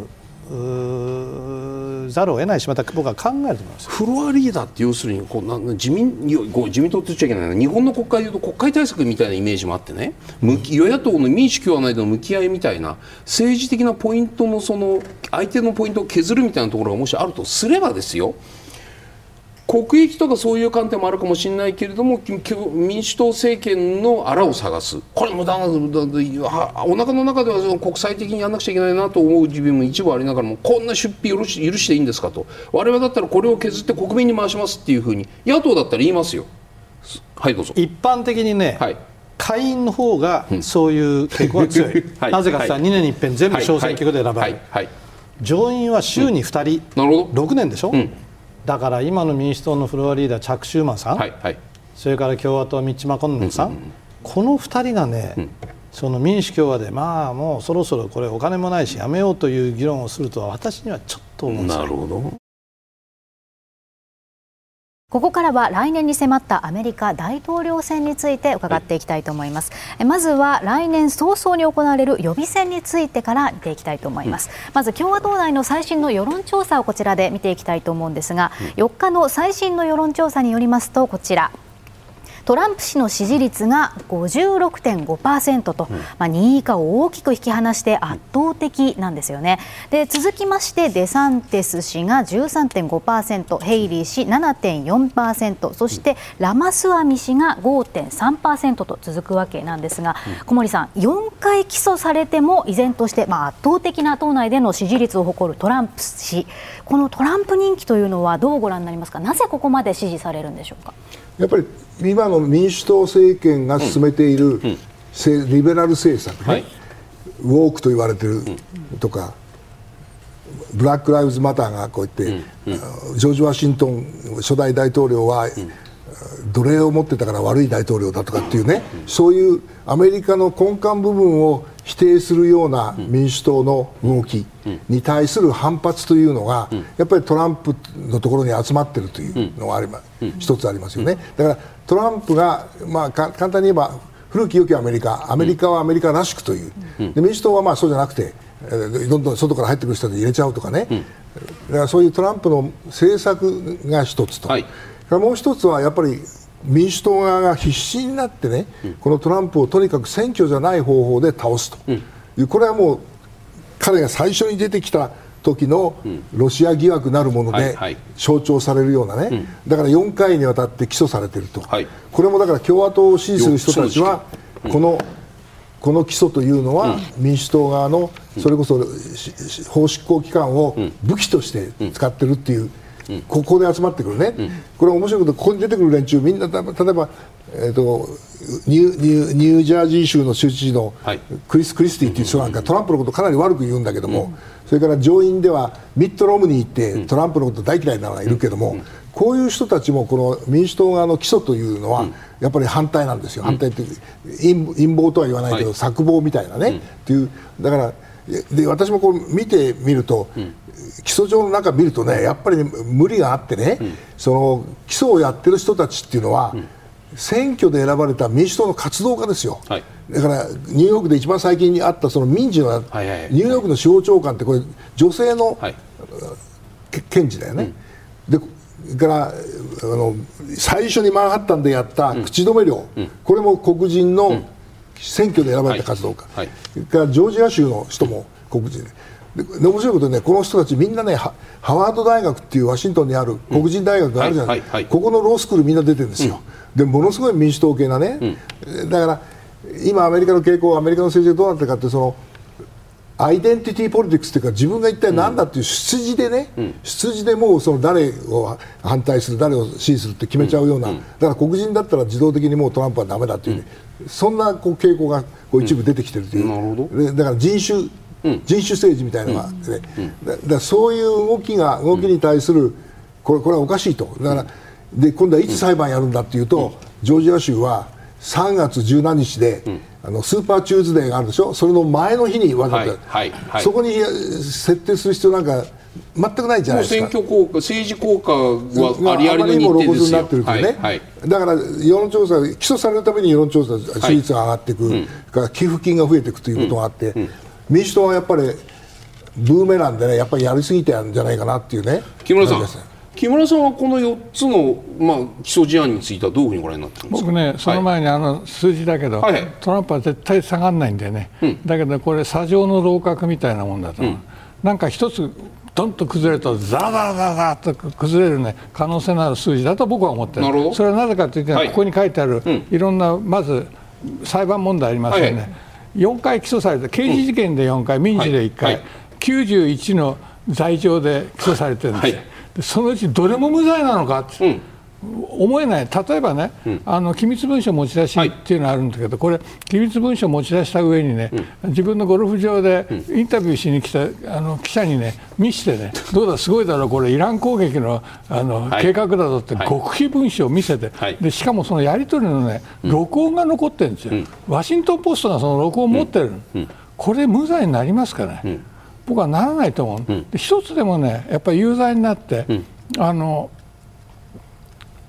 うん、ざるを得ないし、また僕は考えると思います。 フロアリーダーって要するにこうな自民、自民党って言っちゃいけないな、日本の国会でいうと国会対策みたいなイメージもあってね、与野党の民主共和内での向き合いみたいな政治的なポイントのその相手のポイントを削るみたいなところがもしあるとすればですよ、国益とかそういう観点もあるかもしれないけれども、民主党政権のあらを探す、これもだお腹の中ではその国際的にやらなくちゃいけないなと思う自分も一部ありながらも、こんな出費許し、許していいんですかと、我々だったらこれを削って国民に回しますっていうふうに野党だったら言いますよ。はいどうぞ。 一般的にね、はい、下院の方がそういう傾向が強い、はい、なぜかさ、はい、にねんに一遍全部小選挙区で選ばれる、はいはいはい、上院は週にふたり、うん、なるほどろくねんでしょ、うん、だから今の民主党のフロアリーダーチャック・シューマンさん、はいはい、それから共和党ミッチ・マコンネルさん、うんうんうん、このふたりがね、うん、その民主共和でまあもうそろそろこれお金もないしやめようという議論をするとは私にはちょっと思うんですよ。 なるほど。 ここからは来年に迫ったアメリカ大統領選について伺っていきたいと思います。はい、まずは来年早々に行われる予備選についてから見ていきたいと思います。うん、まず共和党内の最新の世論調査をこちらで見ていきたいと思うんですが、よっかの最新の世論調査によりますと、こちらトランプ氏の支持率が ごじゅうろくてんごパーセント と、うん、まあ、にい以下を大きく引き離して圧倒的なんですよね。で続きましてデサンティス氏が じゅうさんてんごパーセント、ヘイリー氏 ななてんよんパーセント、そしてラマスワミ氏が ごてんさんパーセント と続くわけなんですが、うん、小森さん、よんかい起訴されても依然として、まあ、圧倒的な党内での支持率を誇るトランプ氏、このトランプ人気というのはどうご覧になりますか。なぜここまで支持されるんでしょうか。 やっぱり今の民主党政権が進めている、うんうん、リベラル政策、ね、はい、ウォークと言われているとか、うん、ブラック・ライブズ・マターがこう言って、うんうん、ジョージ・ワシントン初代大統領は、うん、奴隷を持ってたから悪い大統領だとかっていうね、うん、そういうアメリカの根幹部分を否定するような民主党の動きに対する反発というのが、やっぱりトランプのところに集まっているというのがあります、一つありますよね。だからトランプが、まあ、簡単に言えば古き良きアメリカ、アメリカはアメリカらしくという、で民主党はまあそうじゃなくて、どんどん外から入ってくる人で入れちゃうとかね、だからそういうトランプの政策が一つと、はい、もう一つはやっぱり民主党側が必死になってね、うん、このトランプをとにかく選挙じゃない方法で倒すという、うん、これはもう彼が最初に出てきた時のロシア疑惑なるもので象徴されるようなね、うん、だからよんかいにわたって起訴されていると、はい、これもだから共和党を支持する人たちはこの、この起訴というのは民主党側のそれこそ法執行機関を武器として使っているっていう、うん、ここで集まってくるね、うん、これは面白いこと、ここに出てくる連中みんな例えば、えー、とニュー、ニュー、ニュージャージー州の州知事のクリス・クリスティっていう人なんかトランプのことかなり悪く言うんだけども、うん、それから上院ではミット・ロムニーってトランプのこと大嫌いなのがいるけども、うん、こういう人たちもこの民主党側の起訴というのはやっぱり反対なんですよ。反対って陰陰謀とは言わないけど、はい、策謀みたいなね、うん、っていう、だからで私もこう見てみると、うん、起訴状の中見るとね、やっぱり、ね、無理があってね、うん、その起訴をやってる人たちっていうのは、うん、選挙で選ばれた民主党の活動家ですよ。はい、だからニューヨークで一番最近にあったその民事の、はいはいはい、ニューヨークの司法長官ってこれ女性の、はい、検事だよね。うん、でからあの最初にマンハッタンでやった口止め料、うん、これも黒人の選挙で選ばれた活動家、はいはい、からジョージア州の人も黒人で。で面白いことでね、この人たちみんなね、ハワード大学っていうワシントンにある黒人大学があるじゃないですか、ここのロースクールみんな出てるんですよ。うん、でものすごい民主党系なね、うん、だから今アメリカの傾向、アメリカの政治がどうなってるかって、そのアイデンティティポリティクスというか、自分が一体何だっていう出自でね、うん、出自でもうその誰を反対する、誰を支持するって決めちゃうような、うん、だから黒人だったら自動的にもうトランプはダメだっていう、ね、うん、そんなこう傾向がこう一部出てきてるという、うん、なるほど。だから人種うん、人種政治みたいなのが、ね、うんうん、だだそういう動きが動きに対する、これこれはおかしいと。だからで今度はいつ裁判やるんだっていうと、うん、ジョージア州はさんがつじゅうしちにちで、うん、あのスーパーチューズデーがあるでしょ。それの前の日にわざわざ、はいはいはい、そこに設定する必要なんか全くないじゃないですか。 選挙効果、政治効果はありありの日程ですよ。あまりにも露骨になってるとね、はいはい、だから世論調査、起訴されるために世論調査支持率が上がっていく、はい、から寄付金が増えていくということがあって、うんうん、民主党はやっぱりブーメランでね、やっぱりやりすぎてやるんじゃないかなっていうね。 木村さん、木村さんはこのよっつの、まあ、起訴事案についてはどういうふうにご覧になってるんですか。 僕ね、その前にあの数字だけど、はい、トランプは絶対下がらないんでね、うん、だけどこれ砂上の楼閣みたいなもんだと、うん、なんか一つドンと崩れるとザラザラザラザラと崩れる、ね、可能性のある数字だと僕は思ってる。なるほど。それはなぜかというと、はい、ここに書いてある、うん、いろんなまず裁判問題ありますよね、はい、よんかい起訴されて、刑事事件でよんかい、うん、民事でいっかい、はいはい、きゅうじゅういちの罪状で起訴されてるんですよ、はい、でそのうちどれも無罪なのかって、うん、思えない。例えばね、うん、あの機密文書持ち出しっていうのがあるんだけど、はい、これ機密文書持ち出した上にね、うん、自分のゴルフ場でインタビューしに来たあの記者にね見してね、どうだすごいだろうこれイラン攻撃の、あの、はい、計画だぞって極秘文書を見せて、はい、でしかもそのやり取りのね録音が残ってるんですよ、うん、ワシントンポストがその録音を持ってる、うんうん、これ無罪になりますかね、うん、僕はならないと思う、うん、で一つでもねやっぱり有罪になって、うん、あの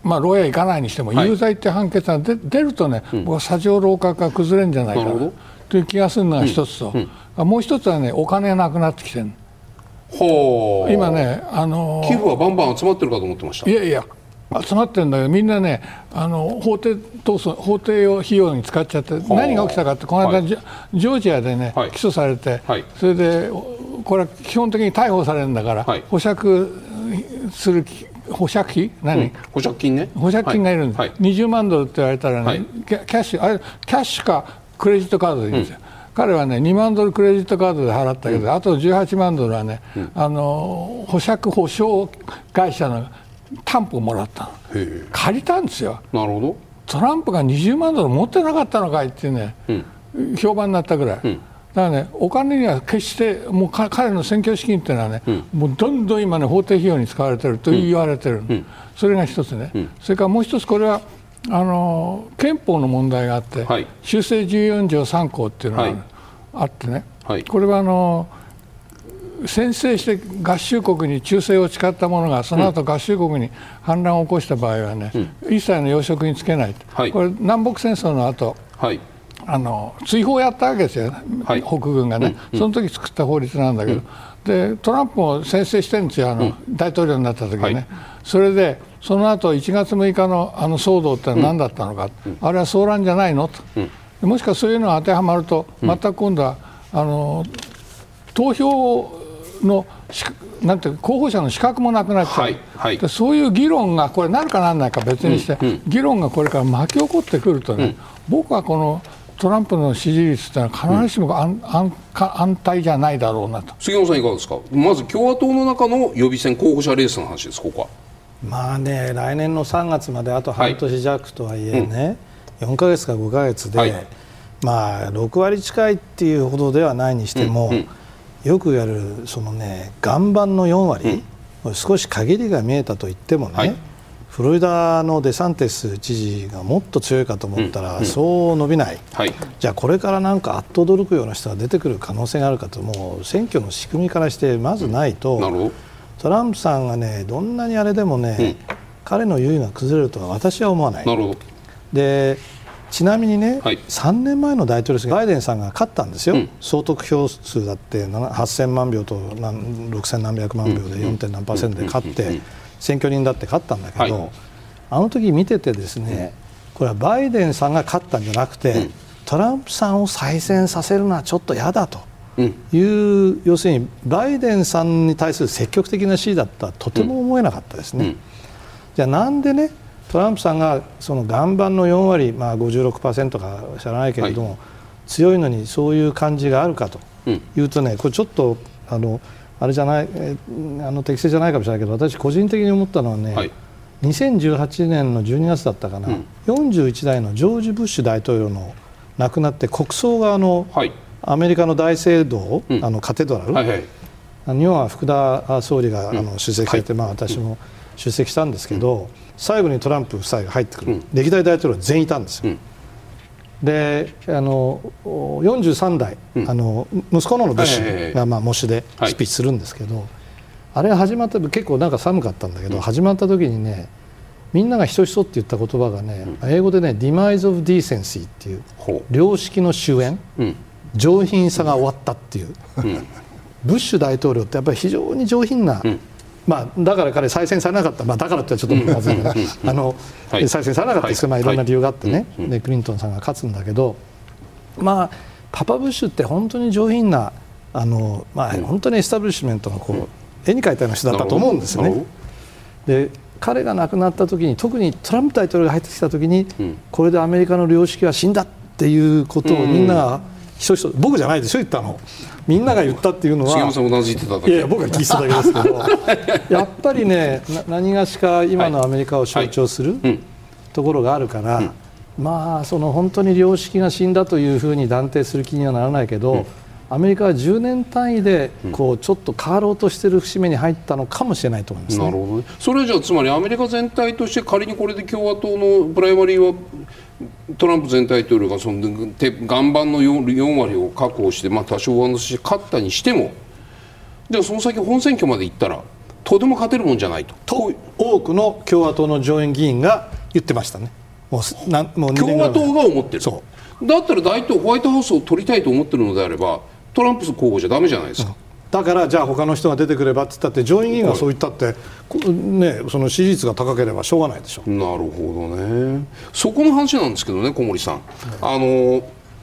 まあ、牢屋行かないにしても、有罪って判決が出るとね、僕は砂上楼閣が崩れるんじゃないかという気がするのが一つと、もう一つはね、お金がなくなってきてる。 ほう。 今ね、あのー、 寄付はバンバン集まってるかと思ってました。 いやいや、集まってるんだけど、みんなね、あの法廷闘争、法廷を費用に使っちゃって、何が起きたかって、この間、はい、ジョージアでね、はい、起訴されて、はい、それで、これは基本的に逮捕されるんだから、はい、保釈する、保釈費何、うん、 保釈金ね。 保釈金がいるんです、はい、にじゅうまんドルって言われたらね、はい、キャッシュ、あれ、キャッシュかクレジットカードでいいんですよ。うん、彼はね、にまんドルクレジットカードで払ったけど、うん、あとじゅうはちまんドルはね、うん、あの保釈保証会社の担保をもらったの。借りたんですよ。 なるほど。 トランプがにじゅうまんドル持ってなかったのかいってね、うん、評判になったぐらい、うん、だからね、お金には決してもう彼の選挙資金っていうのはね、うん、もうどんどん今ね、法廷費用に使われてると言われてる、うん、それが一つね、うん、それからもう一つ、これはあの憲法の問題があって、はい、修正じゅうよん条さん項っていうのがあってね、はい、これはあの先制して合衆国に忠誠を誓った者がその後合衆国に反乱を起こした場合はね、うん、一切の要職につけない、はい、これ南北戦争の後、はい、あの追放をやったわけですよ、はい、北軍がね、うんうん、その時作った法律なんだけど、うん、でトランプも先制してるんですよ、あの、うん、大統領になった時にね、はい、それでその後いちがつむいかのあの騒動ってのは何だったのか、うん、あれは騒乱じゃないのと、うん、もしくはそういうのが当てはまると、うん、また今度はあの投票のなんていう候補者の資格もなくなっちゃう、はいはい、でそういう議論がこれなるかならないか別にして、うんうん、議論がこれから巻き起こってくるとね、うん、僕はこのトランプの支持率というのは必ずしも安、安、安泰じゃないだろうなと。 杉本さんいかがですか。まず共和党の中の予備選候補者レースの話です。ここはまあね、来年のさんがつまであと半年弱とはいえね、はい、よんかげつかごかげつで、はい、まあろくわり近いっていうほどではないにしても、うんうん、よくやるそのね岩盤のよんわり、うん、少し陰りが見えたと言ってもね、はい、フロリダのデサンティス知事がもっと強いかと思ったら、うん、そう伸びない、はい、じゃあこれからなんかあっと驚くような人が出てくる可能性があるかと、もう選挙の仕組みからしてまずないと、うん、なるほど。トランプさんがねどんなにあれでもね、うん、彼の優位が崩れるとは私は思わない。 なるほど。でちなみにね、はい、さんねんまえの大統領選バイデンさんが勝ったんですよ、うん、総得票数だってはっせんまんひょうとろくせんなんびゃくまんひょうで よん. 点何パーセントで勝って選挙人だって勝ったんだけど、はい、あの時見ててですね、これはバイデンさんが勝ったんじゃなくて、うん、トランプさんを再選させるのはちょっと嫌だという、うん、要するにバイデンさんに対する積極的な支持だったらとても思えなかったですね、うん、じゃあなんでねトランプさんがその岩盤のよんわり、まあ、ごじゅうろくパーセントか知らないけれども、はい、強いのにそういう感じがあるかというとね、うん、これちょっとあのあれじゃない、えあの適正じゃないかもしれないけど、私個人的に思ったのはね、はい、にせんじゅうはちねんのじゅうにがつだったかな、うん、よんじゅういちだいのジョージ・ブッシュ大統領の亡くなって国葬があの、はい、アメリカの大聖堂、うん、あのカテドラル、はいはい、日本は福田総理があの出席されて、うん、まあ、私も出席したんですけど、うん、最後にトランプ夫妻が入ってくる、うん、歴代大統領全員いたんですよ、うん、であのよんじゅうさんだい、うん、あの息子のブッシュが、まあ、模試でスピーチするんですけど、はい、あれ始まった結構なんか寒かったんだけど、うん、始まった時にねみんながひそひそって言った言葉がね、うん、英語でね Demise of Decency っていう良識の終焉、うん、上品さが終わったっていう、うん、ブッシュ大統領ってやっぱり非常に上品な、うん、まあ、だから彼再選されなかった、まあ、だからってちょっとまずいなあの、はい、再選されなかったですけど、はい、まあ、いろんな理由があってね、はい、でクリントンさんが勝つんだけど、まあ、パパブッシュって本当に上品なあの、まあ、本当にエスタブリッシュメントのこう絵に描いたような人だったと思うんですよね。で彼が亡くなった時に特にトランプ大統領が入ってきた時に、うん、これでアメリカの良識は死んだっていうことをみんながひそひそ、僕じゃないでしょ言ったの、みんなが言ったっていうのは、 杉山さんうなずいてただけ、 いやいや僕が聞いてただけですけどやっぱりね何がしか今のアメリカを象徴する、はいはい、ところがあるから、うん、まあその本当に良識が死んだというふうに断定する気にはならないけど、うん、アメリカはじゅうねん単位でこうちょっと変わろうとしている節目に入ったのかもしれないと思いますね。 なるほどね。それはじゃあつまりアメリカ全体として仮にこれで共和党のプライマリーはトランプ前大統領がその岩盤の 4, よんわりを確保して、まあ、多少上乗せして勝ったにしても、じゃあその先本選挙まで行ったらとても勝てるもんじゃないと。 と多くの共和党の上院議員が言ってましたね。もうなもう共和党が思ってる。 そうだったら大統領ホワイトハウスを取りたいと思ってるのであればトランプ候補じゃダメじゃないですか、うん、 だからじゃあ他の人が出てくればって言ったって上院議員がそう言ったって、ね、その支持率が高ければしょうがないでしょ。 なるほどね。そこの話なんですけどね、小森さん、あの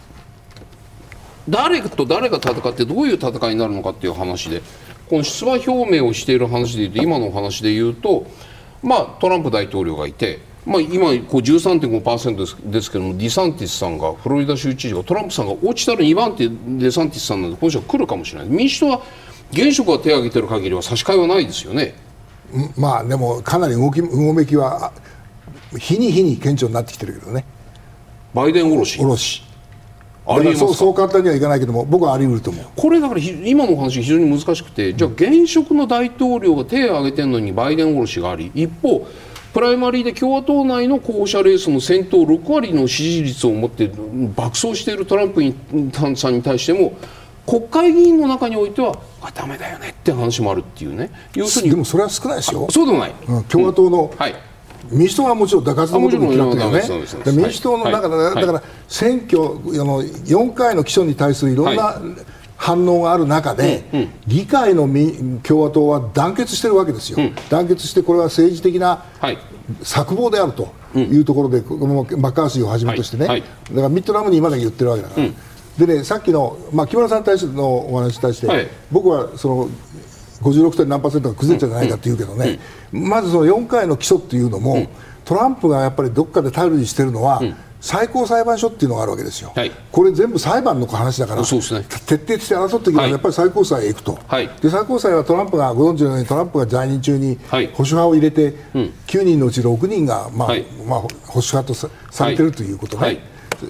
誰と誰が戦ってどういう戦いになるのかっていう話で、この出馬表明をしている話でいうと、今のお話でいうと、まあ、トランプ大統領がいて、まあ、今こう じゅうさんてんごパーセント です、ですけども、ディサンティスさんがフロリダ州知事がトランプさんが落ちたらにばん手デサンティスさんなんで今週は来るかもしれない。民主党は現職が手を挙げてる限りは差し替えはないですよね。 まあでもかなり動きうごめきは日に日に顕著になってきてるけどね。 バイデンおろしおろしありえますか。そう、そう簡単にはいかないけども、僕はあり得ると思う。 これだから今のお話非常に難しくて、じゃあ現職の大統領が手を挙げてるのにバイデンおろしがあり、一方プライマリーで共和党内の候補者レースの先頭ろくわりの支持率を持って爆走しているトランプさんに対しても国会議員の中においてはあダメだよねって話もあるっていうね。要するにでもそれは少ないですよ。 そうでもない、 うん、共和党の、うんはい、民主党はもちろん打活のことも決まってるよね。民主党の中で、はい、だから選挙のよんかいの起訴に対するいろんな、はい反応がある中で、うんうん、議会の共和党は団結してるわけですよ、うん、団結してこれは政治的な策謀であるというところで、うん、マッカーシーをはじめとしてね、はいはい、だからミット・ラムニーまで言ってるわけだから、うん、でね、さっきの、まあ、木村さんに対してのお話に対して、はい、僕はそのごじゅうろくてん何パーセントが崩れちゃうんじゃないかって言うけどね、うんうん、まずそのよんかいの起訴っていうのも、うん、トランプがやっぱりどっかで頼りにしてるのは、うん最高裁判所っていうのがあるわけですよ、はい、これ全部裁判の話だから、そうですね、徹底して争ってきたらやっぱり最高裁へ行くと、はい、で最高裁はトランプがご存知のようにトランプが在任中に保守派を入れて、はい、きゅうにんのうちろくにんが、まあはいまあ、保守派と さ, されてるということね、はいはい、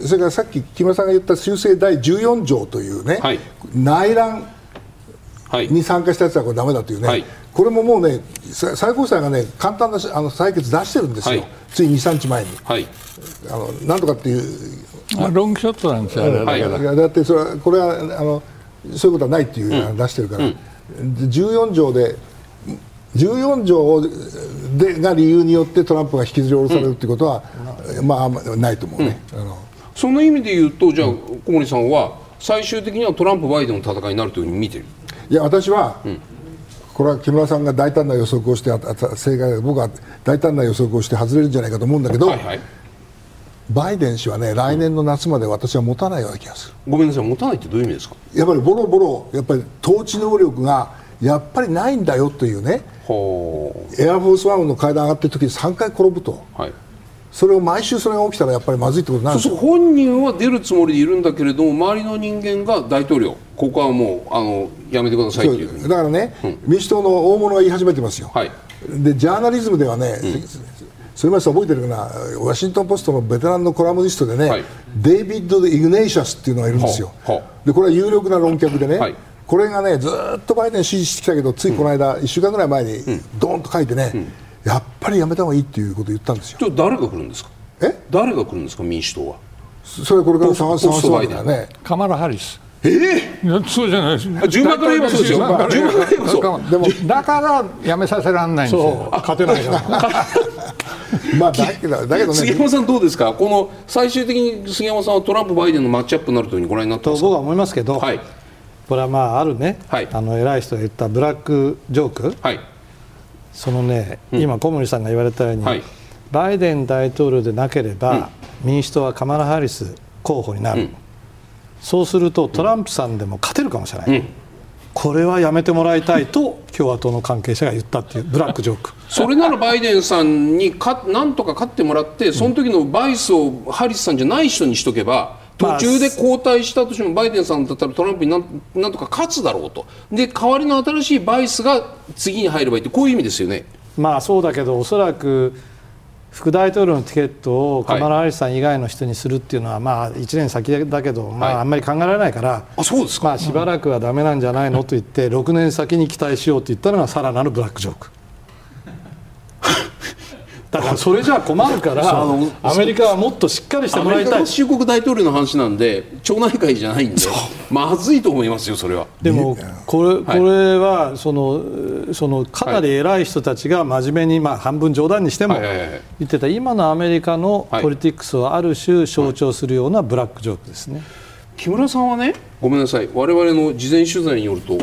それからさっき木村さんが言った修正だいじゅうよん条というね、はい、内乱に参加したやつはこれダメだというね、はい、これももうね最高裁がね簡単なあの採決出してるんですよ、はい、ついにさんにちまえに、はい、あのなんとかっていう、 まあ、ロングショットなんですよ、あれだから、 はい、だってそれはこれはあのそういうことはないっていうのを出してるから、うん、じゅうよん条でじゅうよん条でが理由によってトランプが引きずり下ろされるっていうことは、うん、まあないと思うね、うん、あのその意味で言うとじゃあ小森さんは最終的にはトランプ・バイデンの戦いになるというふうに見てる。 いや私は、うん、これは木村さんが大胆な予測をして正解、僕は大胆な予測をして外れるんじゃないかと思うんだけど、はいはい、バイデン氏はね来年の夏まで私は持たないような気がする。 ごめんなさい、持たないってどういう意味ですか。 やっぱりボロボロやっぱり統治能力がやっぱりないんだよというね。ほうエアフォースワンの階段上がってる時にさんかい転ぶと、はい、それを毎週それが起きたらやっぱりまずいってことになるんですよ。 そうそう、本人は出るつもりでいるんだけれども周りの人間が大統領ここはもうあのやめてくださいっていうふうに。 だからね、うん、民主党の大物が言い始めてますよ、はい、でジャーナリズムではね、うん、それまで覚えてるかな、ワシントンポストのベテランのコラムニストでね、はい、デイビッド・イグネイシャスっていうのがいるんですよ。でこれは有力な論客でね、はい、これがねずっとバイデン支持してきたけどついこの間、うん、いっしゅうかんぐらい前にドーンと書いてね、うん、やっぱりやめた方がいいっていうことを言ったんですよ。 じゃあ誰が来るんですか。え誰が来るんですか民主党は。 それこれから探すわけだよね。 カマラ・ハリス。 えー、 そうじゃないです。 順番から言えばそうですよ。順番から言えばそう。 でもだからやめさせられないんですよ。 勝てないから。 まあだけどだけどね。 杉山さんどうですか。この最終的に杉山さんはトランプバイデンのマッチアップになるというふうにご覧になってますか。 と僕は思いますけど、はい、これはまああるね、はい、あの偉い人が言ったブラックジョーク。はい、そのね、うん、今小森さんが言われたように、はい、バイデン大統領でなければ、うん、民主党はカマラ・ハリス候補になる。うん、そうするとトランプさんでも勝てるかもしれない、うん、これはやめてもらいたいと共和党の関係者が言ったっていうブラックジョーク。 それならバイデンさんにかなんとか勝ってもらってその時のバイスをハリスさんじゃない人にしとけば途中で交代したとしてもバイデンさんだったらトランプになんなんとか勝つだろうと。で代わりの新しいバイスが次に入ればいいってこういう意味ですよね。 まあそうだけどおそらく副大統領のティケットをカマラ・ハリスさん以外の人にするっていうのはまあいちねん先だけど、まあ、あんまり考えられないから、 あそうですか、 まあ、しばらくはダメなんじゃないのと言ってろくねん先に期待しようと言ったのがさらなるブラックジョーク。 だからそれじゃ困るからアメリカはもっとしっかりしてもらいたい。アメリカ合衆国大統領の話なんで町内会じゃないんでまずいと思いますよそれは。 でもこれ、これはそのそのかなり偉い人たちが真面目に、まあ、半分冗談にしても言ってた今のアメリカのポリティクスをある種象徴するようなブラックジョークですね。 木村さんはね、ごめんなさい、我々の事前取材によると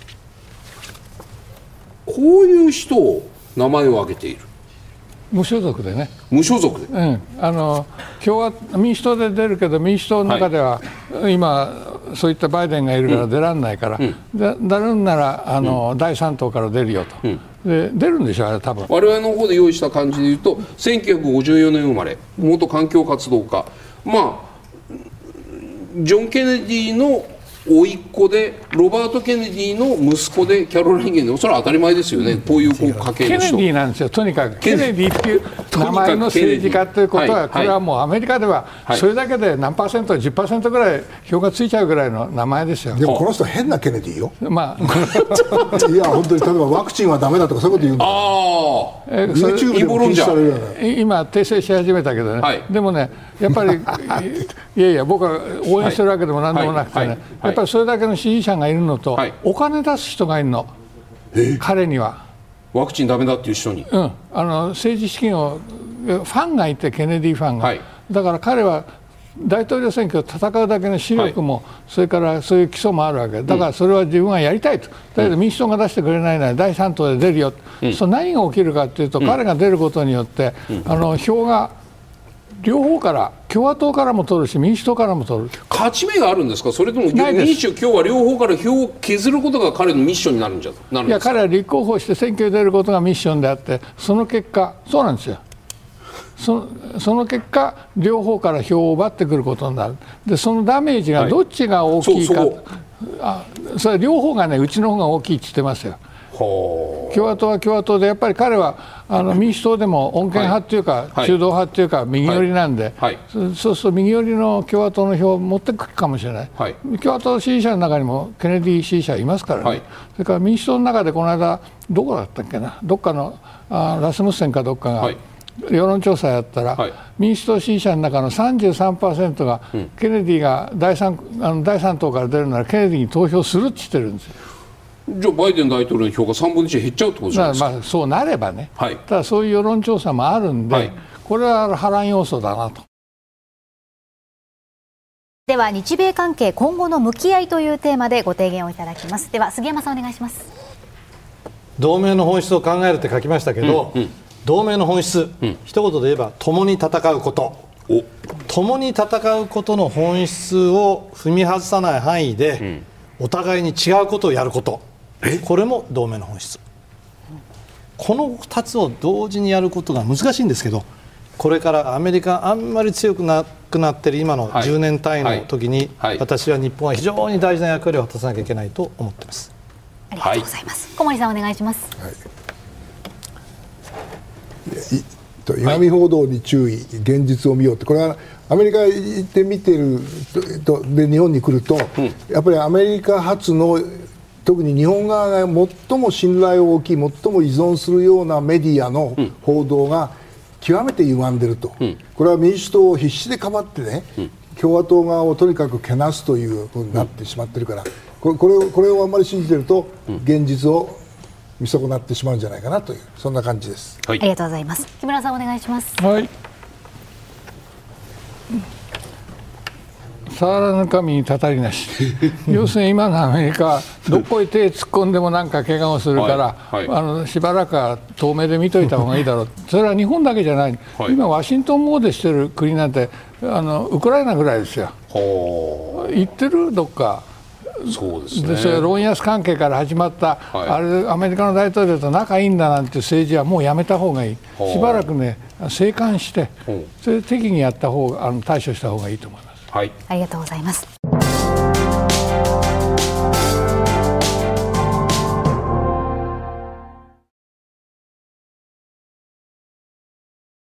こういう人を名前を挙げている。 無所属でね。 無所属で、 うん、あの共和民主党で出るけど民主党の中では、はい、今そういったバイデンがいるから出られないから、うん、で出るんならあの、うん、だいさん党から出るよと、うん、で出るんでしょあれ多分。 我々の方で用意した感じで言うとせんきゅうひゃくごじゅうよねん生まれ元環境活動家、まあジョン・ケネディの甥っ子でロバート・ケネディの息子でキャロラインゲンで、それは当たり前ですよね、こういうこう家系の人。 ケネディなんですよとにかく。ケネディっていう名前の政治家ということは、はい、これはもうアメリカではそれだけで何パーセント じゅっパーセント ぐらい票がついちゃうぐらいの名前ですよ。 でもこの人変なケネディよ。 まあいや本当に例えばワクチンはダメだとかそういうこと言うんだ。ああ、 え YouTube でも禁止されるよね。 今訂正し始めたけどね、はい、でもねやっぱりいやいや僕は応援してるわけでも何でもなくてね、やっぱりそれだけの支持者がいるのと、はい、お金出す人がいるの、彼には。 ワクチンダメだっていう人に、 うん、あの政治資金をファンがいて、ケネディファンが、はい、だから彼は大統領選挙を戦うだけの視力も、はい、それからそういう基礎もあるわけだから、それは自分はやりたいと、だけど民主党が出してくれないならだいさん党で出るよ、うん、そう何が起きるかというと、うん、彼が出ることによって、うん、あの票が両方から共和党からも取るし民主党からも取る。 勝ち目があるんですか、それとも民主共和両方から票を削ることが彼のミッションになるんじゃなるんですか。 いや彼は立候補して選挙に出ることがミッションであって、その結果そうなんですよ。そ, その結果両方から票を奪ってくることになる。でそのダメージがどっちが大きいか、はい、そうそうあそれ両方がねうちの方が大きいって言ってますよ。共和党は共和党でやっぱり彼はあの民主党でも穏健派っていうか、はい、中道派っていうか右寄りなんで、はいはい、そうすると右寄りの共和党の票を持ってくるかもしれない、はい、共和党支持者の中にもケネディ支持者いますからね、はい、それから民主党の中でこの間どこだったっけな、どっかのあラスムッセンかどっかが、はい、世論調査やったら、はい、民主党支持者の中の さんじゅうさんパーセント が、うん、ケネディが第 3, あのだいさん党から出るならケネディに投票するって言ってるんですよ。 じゃあバイデン大統領の票がさんぶんのいち減っちゃうってことじゃないですか。 まあそうなればね、 はい、 ただそういう世論調査もあるんで、はい、これは波乱要素だなと。 では日米関係今後の向き合いというテーマでご提言をいただきます。では杉山さんお願いします。 同盟の本質を考えるって書きましたけど、うんうん、同盟の本質、うん、一言で言えば共に戦うこと、お共に戦うことの本質を踏み外さない範囲で、うん、お互いに違うことをやること、これも同盟の本質。このふたつを同時にやることが難しいんですけど、これからアメリカあんまり強くなくなっている今のじゅうねん単位の時に、はいはい、私は日本は非常に大事な役割を果たさなきゃいけないと思っています。 ありがとうございます、はい、小森さんお願いします。 はい、岩見報道に注意、現実を見ようって、これはアメリカ行って見てるとで日本に来ると、うん、やっぱりアメリカ発の特に日本側が最も信頼を置き最も依存するようなメディアの報道が極めて歪んでると、うん、これは民主党を必死でかばってね、うん、共和党側をとにかくけなすというふうになってしまってるから、これ、これを、これをあんまり信じてると現実を見損なってしまうんじゃないかなという、そんな感じです。 はい、ありがとうございます。木村さんお願いします。 はい、触らぬ神にたたりなし要するに今のアメリカはどこへ手突っ込んでもなんか怪我をするから、はいはい、あのしばらくは遠目で見といた方がいいだろうそれは日本だけじゃない、はい、今ワシントン詣でしてる国なんてあのウクライナぐらいですよ。行ってるどっか。 そうですね、 でそれロン安関係から始まった、はい、あれアメリカの大統領と仲いいんだなんて政治はもうやめた方がいい。しばらくね静観してそれ適宜やった方があの対処した方がいいと思います。 はい、 ありがとうございます。